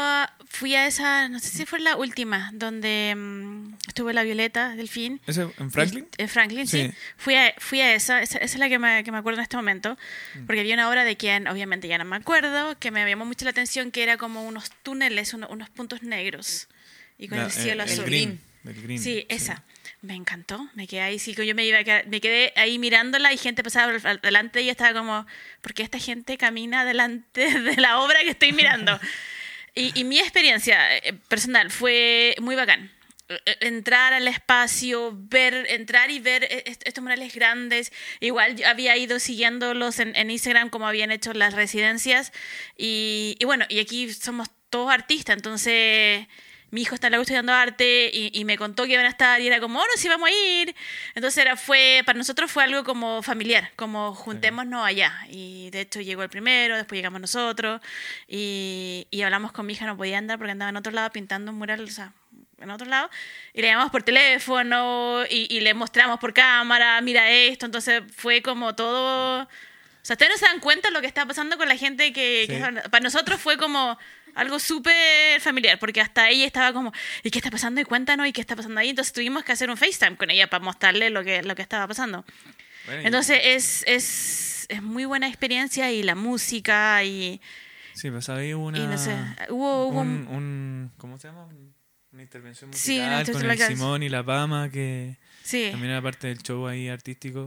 fui a esa, no sé si fue la última, donde mm, estuvo la Violeta Delfín. ¿Ese en Franklin? En Franklin, sí. Sí. Fui a, fui a esa, esa, esa es la que me, que me acuerdo en este momento, Mm. porque había una obra de quien, obviamente ya no me acuerdo, que me llamó mucho la atención, que era como unos túneles, uno- unos puntos negros, y con La- el cielo el azul. green, el green, Sí, esa. Me encantó. Me quedé ahí, sí, que yo me iba a quedar- me quedé ahí mirándola y gente pasaba al- al- delante y estaba como, ¿por qué esta gente camina delante de la obra que estoy mirando? y, y mi experiencia eh, personal fue muy bacán. Eh, eh, Entrar al espacio, ver, entrar y ver eh, est- estos murales grandes. Igual yo había ido siguiéndolos en, en Instagram como habían hecho las residencias. Y, y bueno, y aquí somos todos artistas, entonces mi hijo está luego estudiando arte y, y me contó que iban a estar y era como, oh, no, sí vamos a ir. Entonces era, fue, para nosotros fue algo como familiar, como juntémonos allá. Y de hecho llegó el primero, después llegamos nosotros y, y hablamos con mi hija, no podía andar porque andaba en otro lado pintando un mural, o sea, en otro lado, y le llamamos por teléfono y, y le mostramos por cámara, mira esto, entonces fue como todo... O sea, ustedes no se dan cuenta de lo que está pasando con la gente que... que Sí. para nosotros fue como algo súper familiar, porque hasta ella estaba como, ¿y qué está pasando? Y cuéntanos, ¿y qué está pasando ahí? Entonces tuvimos que hacer un FaceTime con ella para mostrarle lo que, lo que estaba pasando. Bueno, y- Entonces es, es, es muy buena experiencia y la música y... Sí, pues ahí hubo una... Y no sé, hubo- hubo un, un- ¿cómo se llama? Un- Una intervención musical Sí, una intervención con el musical. Simón y la Pama, que Sí. también era parte del show ahí artístico.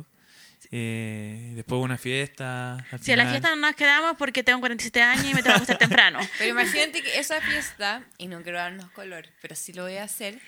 Eh, después hubo una fiesta. al Sí, a la final. fiesta no nos quedamos porque tengo cuarenta y siete años y me tengo que acostar temprano. Pero imagínate que esa fiesta, y no quiero darnos color, pero sí lo voy a hacer,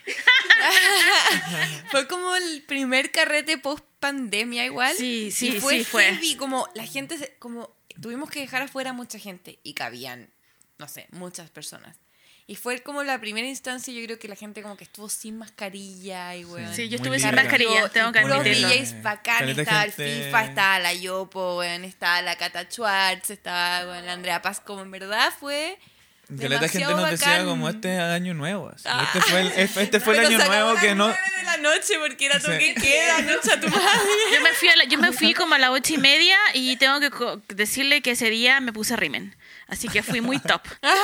fue como el primer carrete post pandemia igual. Sí, sí, y fue sí, fue. heavy, como la gente, se- como tuvimos que dejar afuera mucha gente y cabían, no sé, muchas personas. Y fue como la primera instancia, yo creo que la gente como que estuvo sin mascarilla y weón. Sí, yo Muy estuve sin libre. mascarilla, tengo que Puros admitirlo. libre. D Js bacán, Caleta estaba gente- el FIFA, estaba la Yopo, weón, estaba la Cata Schwartz, estaba weón, la Andrea Paz, como en verdad fue Que la gente demasiado nos decía bacán. como este es año nuevo. así. Ah. Este fue el, este fue el Pero año se acabó nuevo a que las no... nueve de la noche porque era toque Sí. que queda, noche a tu madre. Yo me fui, a la- yo me fui como a las ocho y media y tengo que co- decirle que ese día me puse rimen. Así que fui muy top.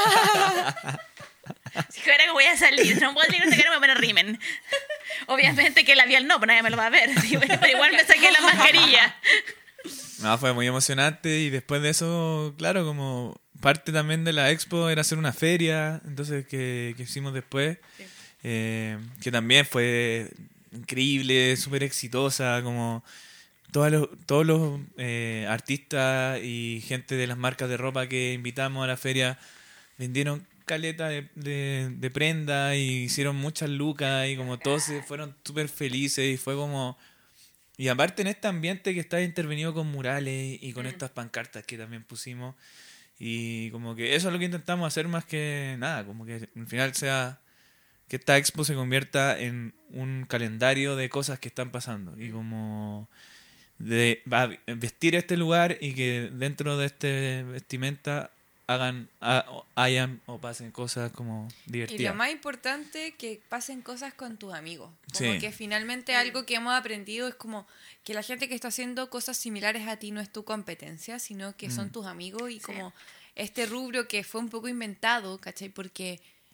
Así que ahora que voy a salir, no puedo salir con esta cara, me voy a poner rimen. Obviamente que el labial no, pero nadie me lo va a ver. Pero igual me saqué la mascarilla. No, fue muy emocionante y después de eso, claro, como parte también de la expo era hacer una feria, entonces que, que hicimos después, eh, que también fue increíble, súper exitosa, como todos los, todos los eh, artistas y gente de las marcas de ropa que invitamos a la feria vendieron caleta de, de, de prenda y hicieron muchas lucas y como todos se fueron súper felices y fue como... Y aparte en este ambiente que está intervenido con murales y con estas pancartas que también pusimos y como que eso es lo que intentamos hacer más que nada, como que al final sea que esta expo se convierta en un calendario de cosas que están pasando y como de va, vestir este lugar y que dentro de este vestimenta hagan, ha- hayan o pasen cosas como Y divertidas. lo más importante, que pasen cosas con tus amigos. Como Sí. que finalmente algo que hemos aprendido es como que la gente que está haciendo cosas similares a ti no es tu competencia, sino que son Mm. tus amigos y como este rubro que fue un poco inventado, ¿cachai? Porque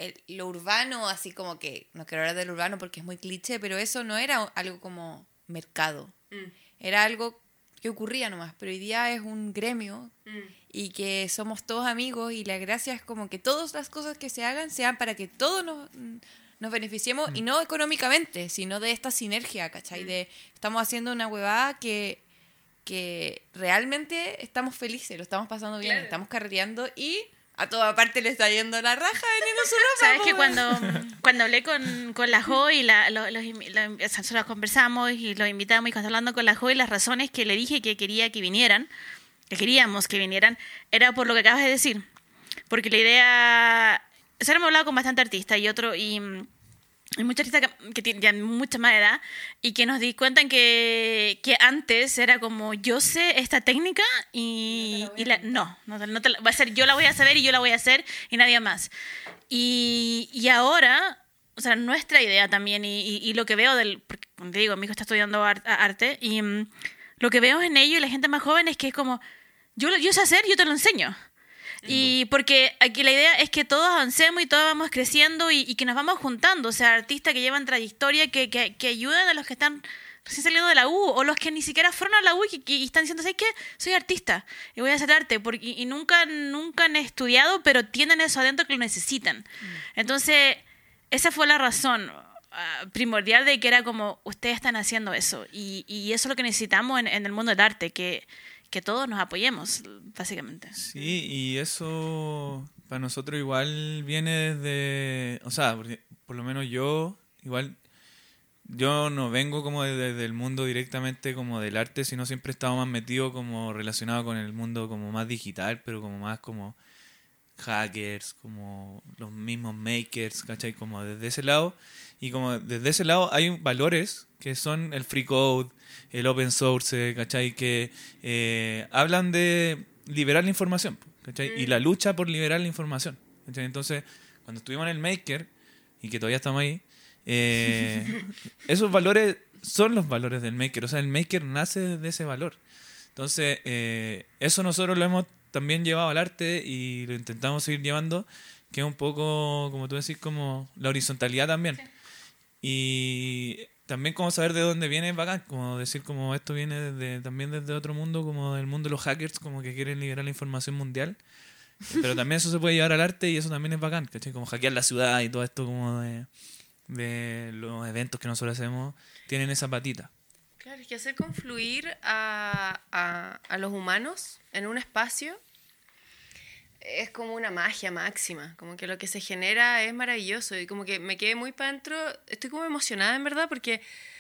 el- lo urbano, así como que, no quiero hablar del urbano porque es muy cliché, pero eso no era algo como mercado. Era algo que ocurría nomás, pero hoy día es un gremio y que somos todos amigos y la gracia es como que todas las cosas que se hagan sean para que todos nos, nos beneficiemos y no económicamente, sino de esta sinergia, ¿cachai? De estamos haciendo una huevada que, que realmente estamos felices, lo estamos pasando bien, Claro. estamos carreteando y a toda parte le está yendo la raja vendiendo su ropa. Sabes po, que weón. cuando, cuando hablé con, con la Jo y la, lo- los, invi- la- o sea, nosotros conversamos y los invitamos y cuando hablando con la Jo y las razones que le dije que quería que vinieran, que queríamos que vinieran, era por lo que acabas de decir. Porque la idea... O sea, hemos hablado con bastante artistas y otro... Y, mm, hay muchos artistas que, que tienen ya mucha más edad y que nos di cuenta que, que antes era como yo sé esta técnica y, y la, no, no, te- no te la- va a ser yo la voy a saber y yo la voy a hacer y nadie más. Y, y ahora, o sea, nuestra idea también y, y, y lo que veo del, porque como te digo, mi hijo está estudiando ar- arte y mm, lo que veo en ello y la gente más joven es que es como yo, lo- yo sé hacer, yo te lo enseño. Y porque aquí la idea es que todos avancemos y todos vamos creciendo y, y que nos vamos juntando. O sea, artistas que llevan trayectoria, que, que, que ayuden a los que están recién saliendo de la U o los que ni siquiera fueron a la U y, que- y están diciendo, ¿sabes qué? Soy artista y voy a hacer arte. Porque, y, y nunca, nunca han estudiado, pero tienen eso adentro que lo necesitan. Entonces, esa fue la razón ah, primordial de que era como, ustedes están haciendo eso. Y, y eso es lo que necesitamos en, en el mundo del arte, que, que todos nos apoyemos, básicamente. Sí, y eso para nosotros igual viene desde, o sea, porque por lo menos yo, igual, yo no vengo como desde desde el mundo directamente como del arte, sino siempre he estado más metido como relacionado con el mundo como más digital, pero como más como hackers, como los mismos makers, ¿cachai? Como desde ese lado, y como desde ese lado hay valores que son el free code, el open source, ¿cachai? Que eh, hablan de liberar la información, ¿cachai? Y la lucha por liberar la información, ¿cachai? Entonces, cuando estuvimos en el Maker, y que todavía estamos ahí, eh, esos valores son los valores del Maker, o sea, el Maker nace de ese valor. Entonces, eh, eso nosotros lo hemos también llevado al arte y lo intentamos seguir llevando, que es un poco, como tú decís, como la horizontalidad también. Y también como saber de dónde viene es bacán, como decir como esto viene desde, también desde otro mundo, como del mundo de los hackers, como que quieren liberar la información mundial. Pero también eso se puede llevar al arte y eso también es bacán, ¿cachai? Como hackear la ciudad y todo esto como de, de los eventos que nosotros hacemos, tienen esa patita. Claro, es que hacer confluir a, a, a los humanos en un espacio es como una magia máxima, como que lo que se genera es maravilloso y como que me quedé muy para adentro, estoy como emocionada en verdad porque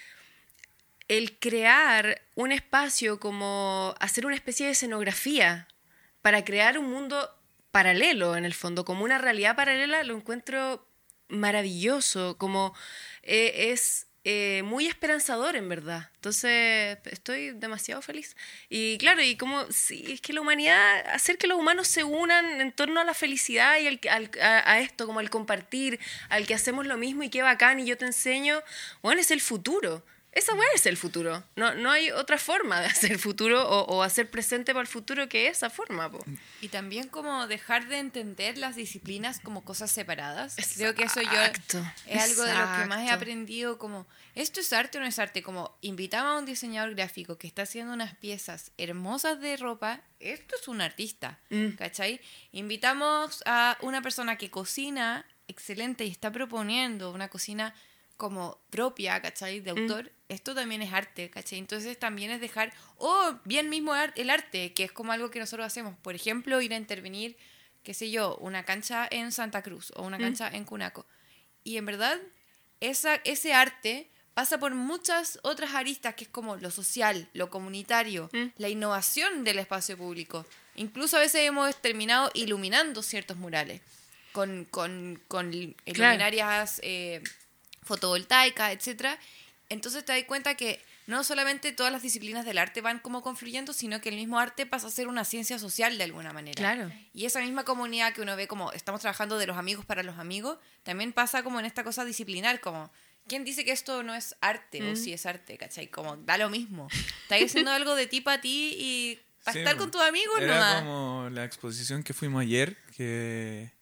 el crear un espacio, como hacer una especie de escenografía para crear un mundo paralelo en el fondo, como una realidad paralela, lo encuentro maravilloso, como eh, es eh, muy esperanzador en verdad. Entonces estoy demasiado feliz. Y claro, y como sí, es que la humanidad, hacer que los humanos se unan en torno a la felicidad y al, al- a, a esto, como al compartir, al que hacemos lo mismo y qué bacán y yo te enseño, bueno, es el futuro. Esa weá es el futuro. No, no hay otra forma de hacer futuro o, o hacer presente para el futuro que esa forma, po. Y también como dejar de entender las disciplinas como cosas separadas. Creo que eso yo Exacto, es algo de lo que más he exacto. aprendido, como esto es arte o no es arte, como invitamos a un diseñador gráfico que está haciendo unas piezas hermosas de ropa, esto es un artista, Mm. ¿cachai? Invitamos a una persona que cocina excelente y está proponiendo una cocina como propia, ¿cachai? De autor, esto también es arte, ¿cachai? Entonces también es dejar, o bien mismo ar- el arte, que es como algo que nosotros hacemos. Por ejemplo, ir a intervenir, qué sé yo, una cancha en Santa Cruz o una cancha en Cunaco. Y en verdad, esa, ese arte pasa por muchas otras aristas, que es como lo social, lo comunitario, la innovación del espacio público. Incluso a veces hemos terminado iluminando ciertos murales con, con, con li- Claro. luminarias eh, fotovoltaicas, etcétera. Entonces te das cuenta que no solamente todas las disciplinas del arte van como confluyendo, sino que el mismo arte pasa a ser una ciencia social de alguna manera. Claro. Y esa misma comunidad que uno ve como estamos trabajando de los amigos para los amigos, también pasa como en esta cosa disciplinar, como ¿quién dice que esto no es arte o si es arte? ¿Cachai? Como da lo mismo. Estás haciendo algo de ti para ti y para Sí, estar po. con tus amigos Era nomás. como la exposición que fuimos ayer, que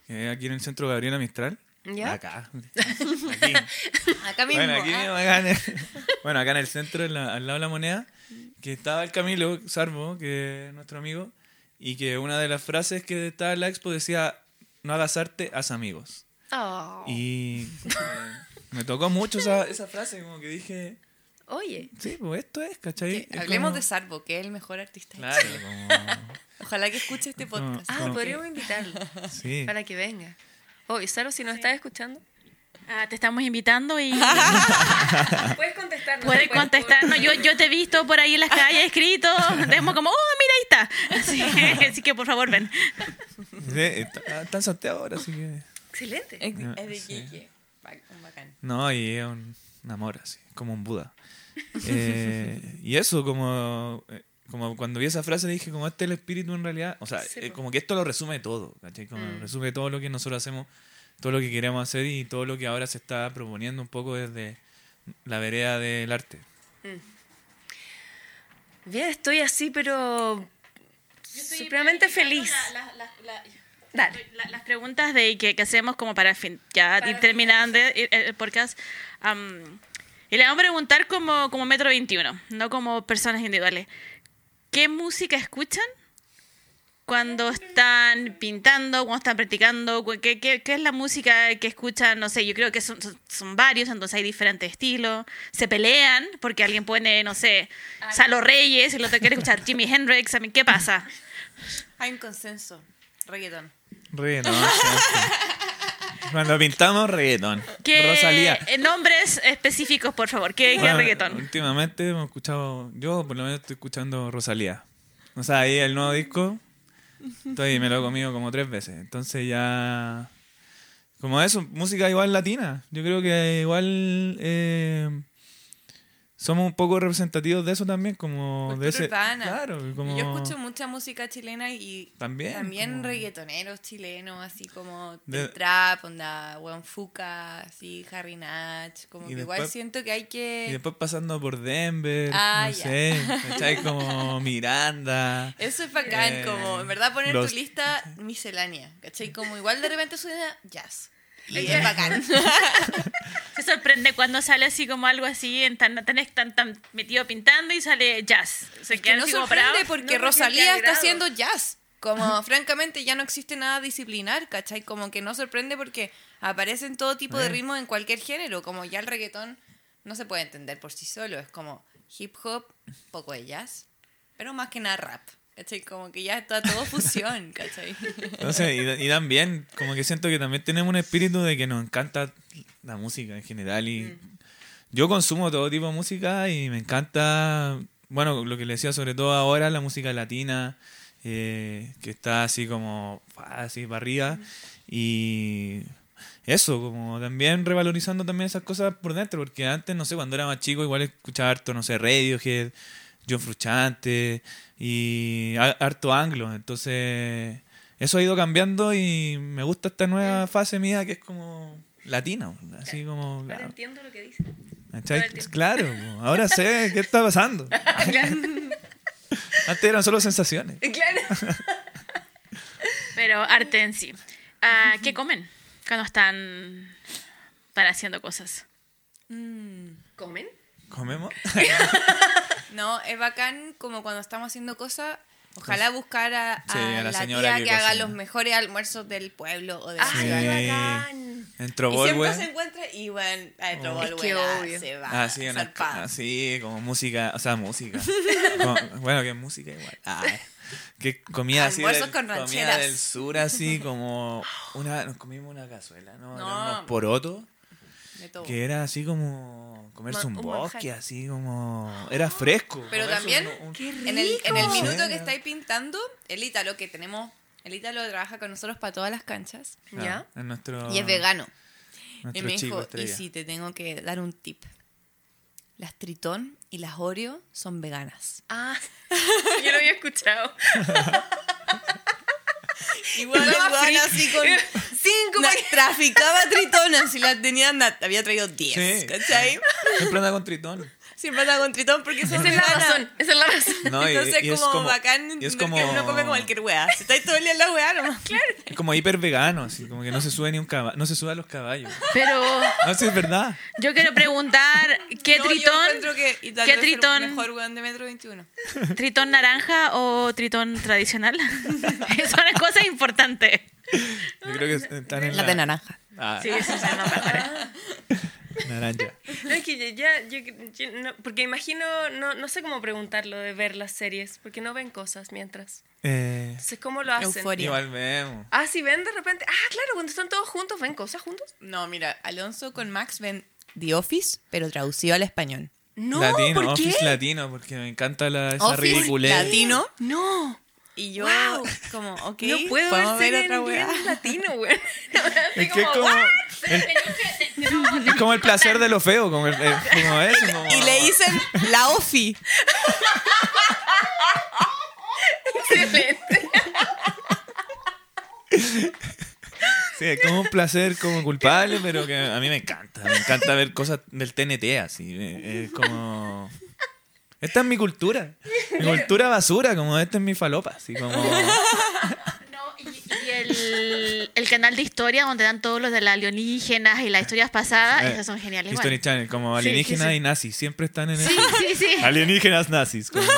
que es aquí en el centro Gabriela Mistral. ¿Ya? Acá. Aquí. Acá mismo. Bueno, aquí ah. mismo, acá en el, bueno, acá en el centro, en la- al lado de la Moneda, que estaba el Camilo Sarbo, que es nuestro amigo, y que una de las frases que estaba en la expo decía, no hagas arte, haz amigos. Oh. Y eh, me tocó mucho esa, esa frase, como que dije, Oye. sí, pues esto es, ¿cachai? Que Es hablemos como- de Sarbo, que es el mejor artista. de Claro, Chile. como... Ojalá que escuche este Como- podcast. Ah, como- podríamos invitarlo Sí. para que venga. Oye, Saro, si nos estás escuchando, Ah, te estamos invitando y puedes contestarnos. puedes contestarnos. Yo, yo te he visto por ahí en las calles escrito. Tenemos como, oh, mira, ahí está. Así, así que por favor, ven. Sí, está, está en Santiago ahora, así que... Excelente. Es, Ah, es de sí. Quique. Ba- un bacán. No, y es un, un amor así, como un Buda. Eh, y eso, como, eh, como cuando vi esa frase dije, como este es el espíritu en realidad, o sea, Sí, eh, po. como que esto lo resume todo, ¿cachai? Como Mm. resume todo lo que nosotros hacemos, todo lo que queremos hacer y todo lo que ahora se está proponiendo un poco desde la vereda del arte. Bien, estoy así, pero supremamente feliz. Dale. La- las preguntas de que, que hacemos como para fin, ya ir terminando el, el podcast. am, y le vamos a preguntar como, como Metro veintiuno, no como personas individuales. ¿Qué música escuchan cuando están pintando, cuando están practicando? Cu- ¿Qué, qué, qué es la música que escuchan? No sé, yo creo que son, son, son varios, entonces hay diferentes estilos. Se pelean porque alguien pone, no sé, Salo Reyes y el otro quiere escuchar Jimi Hendrix. I mean, ¿qué pasa? Hay un consenso. Reggaetón. Reggaetón. siempre. Cuando pintamos, reggaetón. ¿Qué Rosalía. eh, nombres específicos, por favor? ¿Qué, qué Bueno, es reggaetón? Últimamente hemos escuchado, yo por lo menos estoy escuchando Rosalía. O sea, ahí el nuevo disco, estoy, me lo he comido como tres veces. Entonces ya, como eso, música igual latina. Yo creo que igual eh, somos un poco representativos de eso también, como Cultura de ese... urbana. Claro, como... Yo escucho mucha música chilena y También, también como- reggaetoneros chilenos, así como De- del trap, onda, Juan Fuca, así, Harry Natch, como Y que igual después- siento que hay que... Y después pasando por Denver, Ah, no ya. sé, ¿cachai? Como Miranda. Eso es bacán, Eh, como en verdad poner los- tu lista miscelánea, ¿cachai? Como igual de repente suena jazz. Y es bacán. Se sorprende cuando sale así como algo así, en tan, tan, tan, tan metido pintando y sale jazz. Se Que quedan no así como sorprende parados. porque No, porque Rosalía es de está agrado. haciendo jazz. Como, francamente, ya no existe nada disciplinar, ¿cachai? Como que no sorprende porque aparecen todo tipo de Eh. ritmos en cualquier género. Como ya el reggaetón no se puede entender por sí solo. Es como hip hop, poco de jazz, pero más que nada rap. ¿Cachai? Como que ya está todo fusión, ¿cachai? Entonces, y, y también, como que siento que también tenemos un espíritu de que nos encanta la música en general. Y yo consumo todo tipo de música y me encanta, bueno, lo que le decía sobre todo ahora, la música latina, eh, que está así como, así para arriba. Y eso, como también revalorizando también esas cosas por dentro, porque antes, no sé, cuando era más chico, igual escuchaba harto, no sé, Radiohead, John Frusciante y a- harto anglo. Entonces, eso ha ido cambiando y me gusta esta nueva fase mía que es como latina, así como... Ahora claro, entiendo lo que dices. ¿cachai? todo el tiempo. Claro, po, ahora sé qué está pasando. Antes eran solo sensaciones. Claro. Pero arte en sí. Ah, ¿qué comen cuando están para haciendo cosas? Mm. ¿Comen? ¿Comemos? No, es bacán como cuando estamos haciendo cosas. Ojalá buscar a, a Sí, a la la, señora tía que que, haga cocina. los mejores almuerzos del pueblo o de la ¡Ay, ciudad. qué bacán! En Y Trobol, siempre weón. se encuentra y bueno, a Oh. Trobol, Es que weá, obvio. se va Así, una, zarpado. así como música, o sea, música. Como- bueno, que es música igual. Ay, que comida así Almuerzos del, con comida rancheras. del sur, así como una, nos comimos una cazuela, ¿no? No. Eran unos porotos, De todo. que era así como comerse Ma- un un bosque, manjar. así como... Era fresco. Pero comerse también, un- un- ¡Qué En el, en el rico! minuto Sí. que estáis pintando, el Ítalo que tenemos, el Ítalo trabaja con nosotros para todas las canchas ¿Ya? Ah, es nuestro, y es vegano. Y nuestro me chico dijo, y estrella. si te tengo que dar un tip, las Tritón y las Oreo son veganas. Ah, yo lo había escuchado. Igual el Estaba weón free. así con... Cinco na- paquetes. traficaba tritonas y las tenía, na- había traído diez, Sí. ¿cachai? Siempre anda con tritón. siempre anda con Tritón porque son Esa es la veganas. razón, esa es la razón. No, y- Entonces y es es como, como- bacán y es ver como- que uno come cualquier weá. Si estáis todo el día en la weá, nomás. Claro. Es como hiper vegano, así, como que no se sube ni un caballo, no se sube a los caballos. Pero No, sí, es verdad. yo quiero preguntar, ¿qué No, yo tritón? encuentro que Italia ¿Qué es el tritón? mejor weón de Metro veintiuno. ¿Tritón naranja o tritón tradicional? Son cosas importantes. Yo creo que están en La la... de naranja. Ah, Sí, eso son los mejores. naranja. No, es que ya, yo, yo no- porque imagino, no, no sé cómo preguntarlo de ver las series, porque no ven cosas mientras. Eh, Entonces, ¿cómo lo hacen? Euforia. igual vemos. Ah, si ven de repente. Ah, claro, cuando están todos juntos, ven cosas juntos. No, mira, Alonso con Max ven The Office, pero traducido al español. No, latino, ¿por Office qué? latino, porque me encanta la, esa Office ridiculez. latino. No. Y yo, Wow. como, ok, No puedo ver podemos ver series otra en weá. inglés latino, güey. Es que es como, el, es como el placer de lo feo, como, el, el- como eso. Como, Y le dicen la Ofi. Excelente. Sí, es como un placer como culpable, pero que a mí me encanta. Me encanta ver cosas del T N T así. eh, Es como... Esta es mi cultura. Mi cultura basura, como esta es mi falopa. Así como... No, y, y el, el canal de historia donde dan todos los de las alienígenas y las historias pasadas, Eh, esas son geniales. History igual. Channel, como Sí, sí, alienígenas sí. y nazis. Siempre están en Sí, eso. sí, sí. Alienígenas nazis. Como...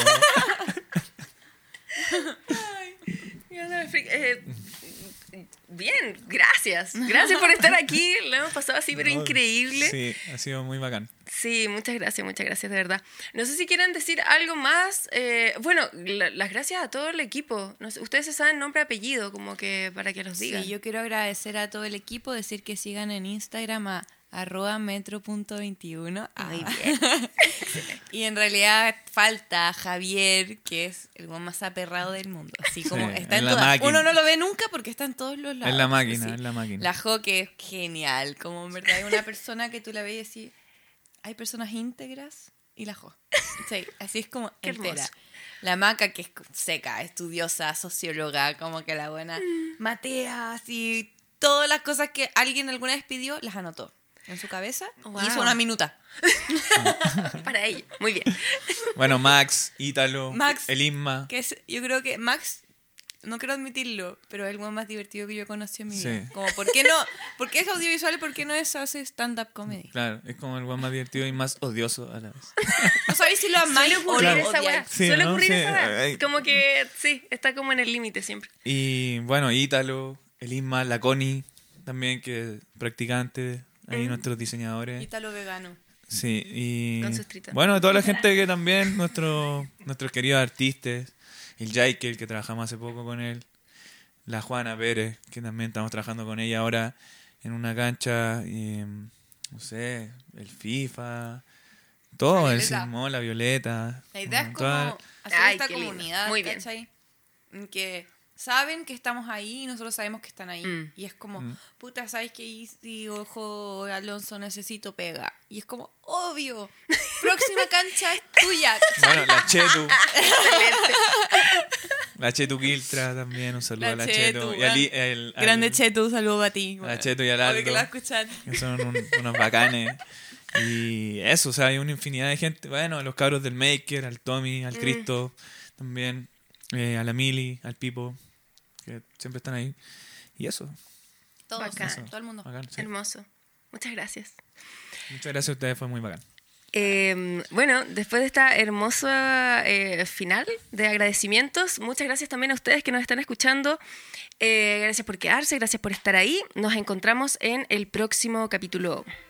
Eh, bien, gracias. Gracias por estar aquí. Lo hemos pasado así, pero No, increíble. Sí, ha sido muy bacán. Sí, muchas gracias, muchas gracias, de verdad. No sé si quieren decir algo más. Eh, bueno, la- las gracias a todo el equipo. No sé, ustedes se saben nombre y apellido, como que para que los digan. Sí, yo quiero agradecer a todo el equipo, decir que sigan en Instagram a arroba metro punto veintiuno. Muy Ah. bien. Y en realidad falta Javier, que es el weón más aperrado del mundo. Así como Sí, está en en la todas. máquina. Uno no lo ve nunca porque está en todos los lados. En la máquina, Sí. en la máquina. La Jo, que es genial. Como en verdad hay una persona que tú la ves y decís, hay personas íntegras y la Jo. Sí, así es como Qué entera. hermoso. La Maca, que es seca, estudiosa, socióloga, como que la buena matea, así. Todas las cosas que alguien alguna vez pidió, las anotó en su cabeza Wow. y hizo una minuta. Para ella. Muy bien. Bueno, Max, Ítalo, Max, el Isma. Que es, yo creo que Max, no quiero admitirlo, pero es el weón más divertido que yo he conocido en mi Sí. vida. Como, ¿por qué no? ¿Por qué es audiovisual y por qué no es hace stand-up comedy? Claro, es como el weón más divertido y más odioso a la vez. No sabéis si lo amáis Suele o ocurrir lo esa weá. odiáis. Sí, Suele ¿no? ocurrir Sí, esa weá. ay. Como que sí, está como en el límite siempre. Y bueno, Ítalo, el Isma, la Connie, también que es practicante, ahí nuestros diseñadores. Ítalo vegano. Sí, y Con sus tritas. bueno, toda la gente que también, nuestro, nuestros queridos artistas, el Jaikel, que trabajamos hace poco con él, la Juana Pérez, que también estamos trabajando con ella ahora en una cancha, y, no sé, el FIFA, todo, La el Violeta. Simón, la Violeta. La idea es toda- como hacer Ay, esta qué lindo. comunidad, Muy bien. ¿cachai? En que saben que estamos ahí y nosotros sabemos que están ahí. Mm. Y es como, Mm. puta, ¿sabes qué? Y ojo, Alonso, necesito pega. Y es como, obvio, próxima cancha es tuya. Bueno, la Chetu. La Chetu Quiltra también, un saludo La a la Chetu, Chetu. Y al, gran- el- al- Grande Cheto, un saludo para ti. a la Chetu y al Aldo. Obvio que la va a escuchar. Que son un- unos bacanes. Y eso, o sea, hay una infinidad de gente. Bueno, a los cabros del Maker, al Tommy, al Cristo, también, eh, a la Mili, al Pipo, que siempre están ahí. Y eso, Todos, Bacán. todo el mundo. bacán, sí. Hermoso. Muchas gracias. Muchas gracias a ustedes, fue muy bacán. Eh, bueno, después de esta hermosa eh, final de agradecimientos, muchas gracias también a ustedes que nos están escuchando. Eh, gracias por quedarse, gracias por estar ahí. Nos encontramos en el próximo capítulo.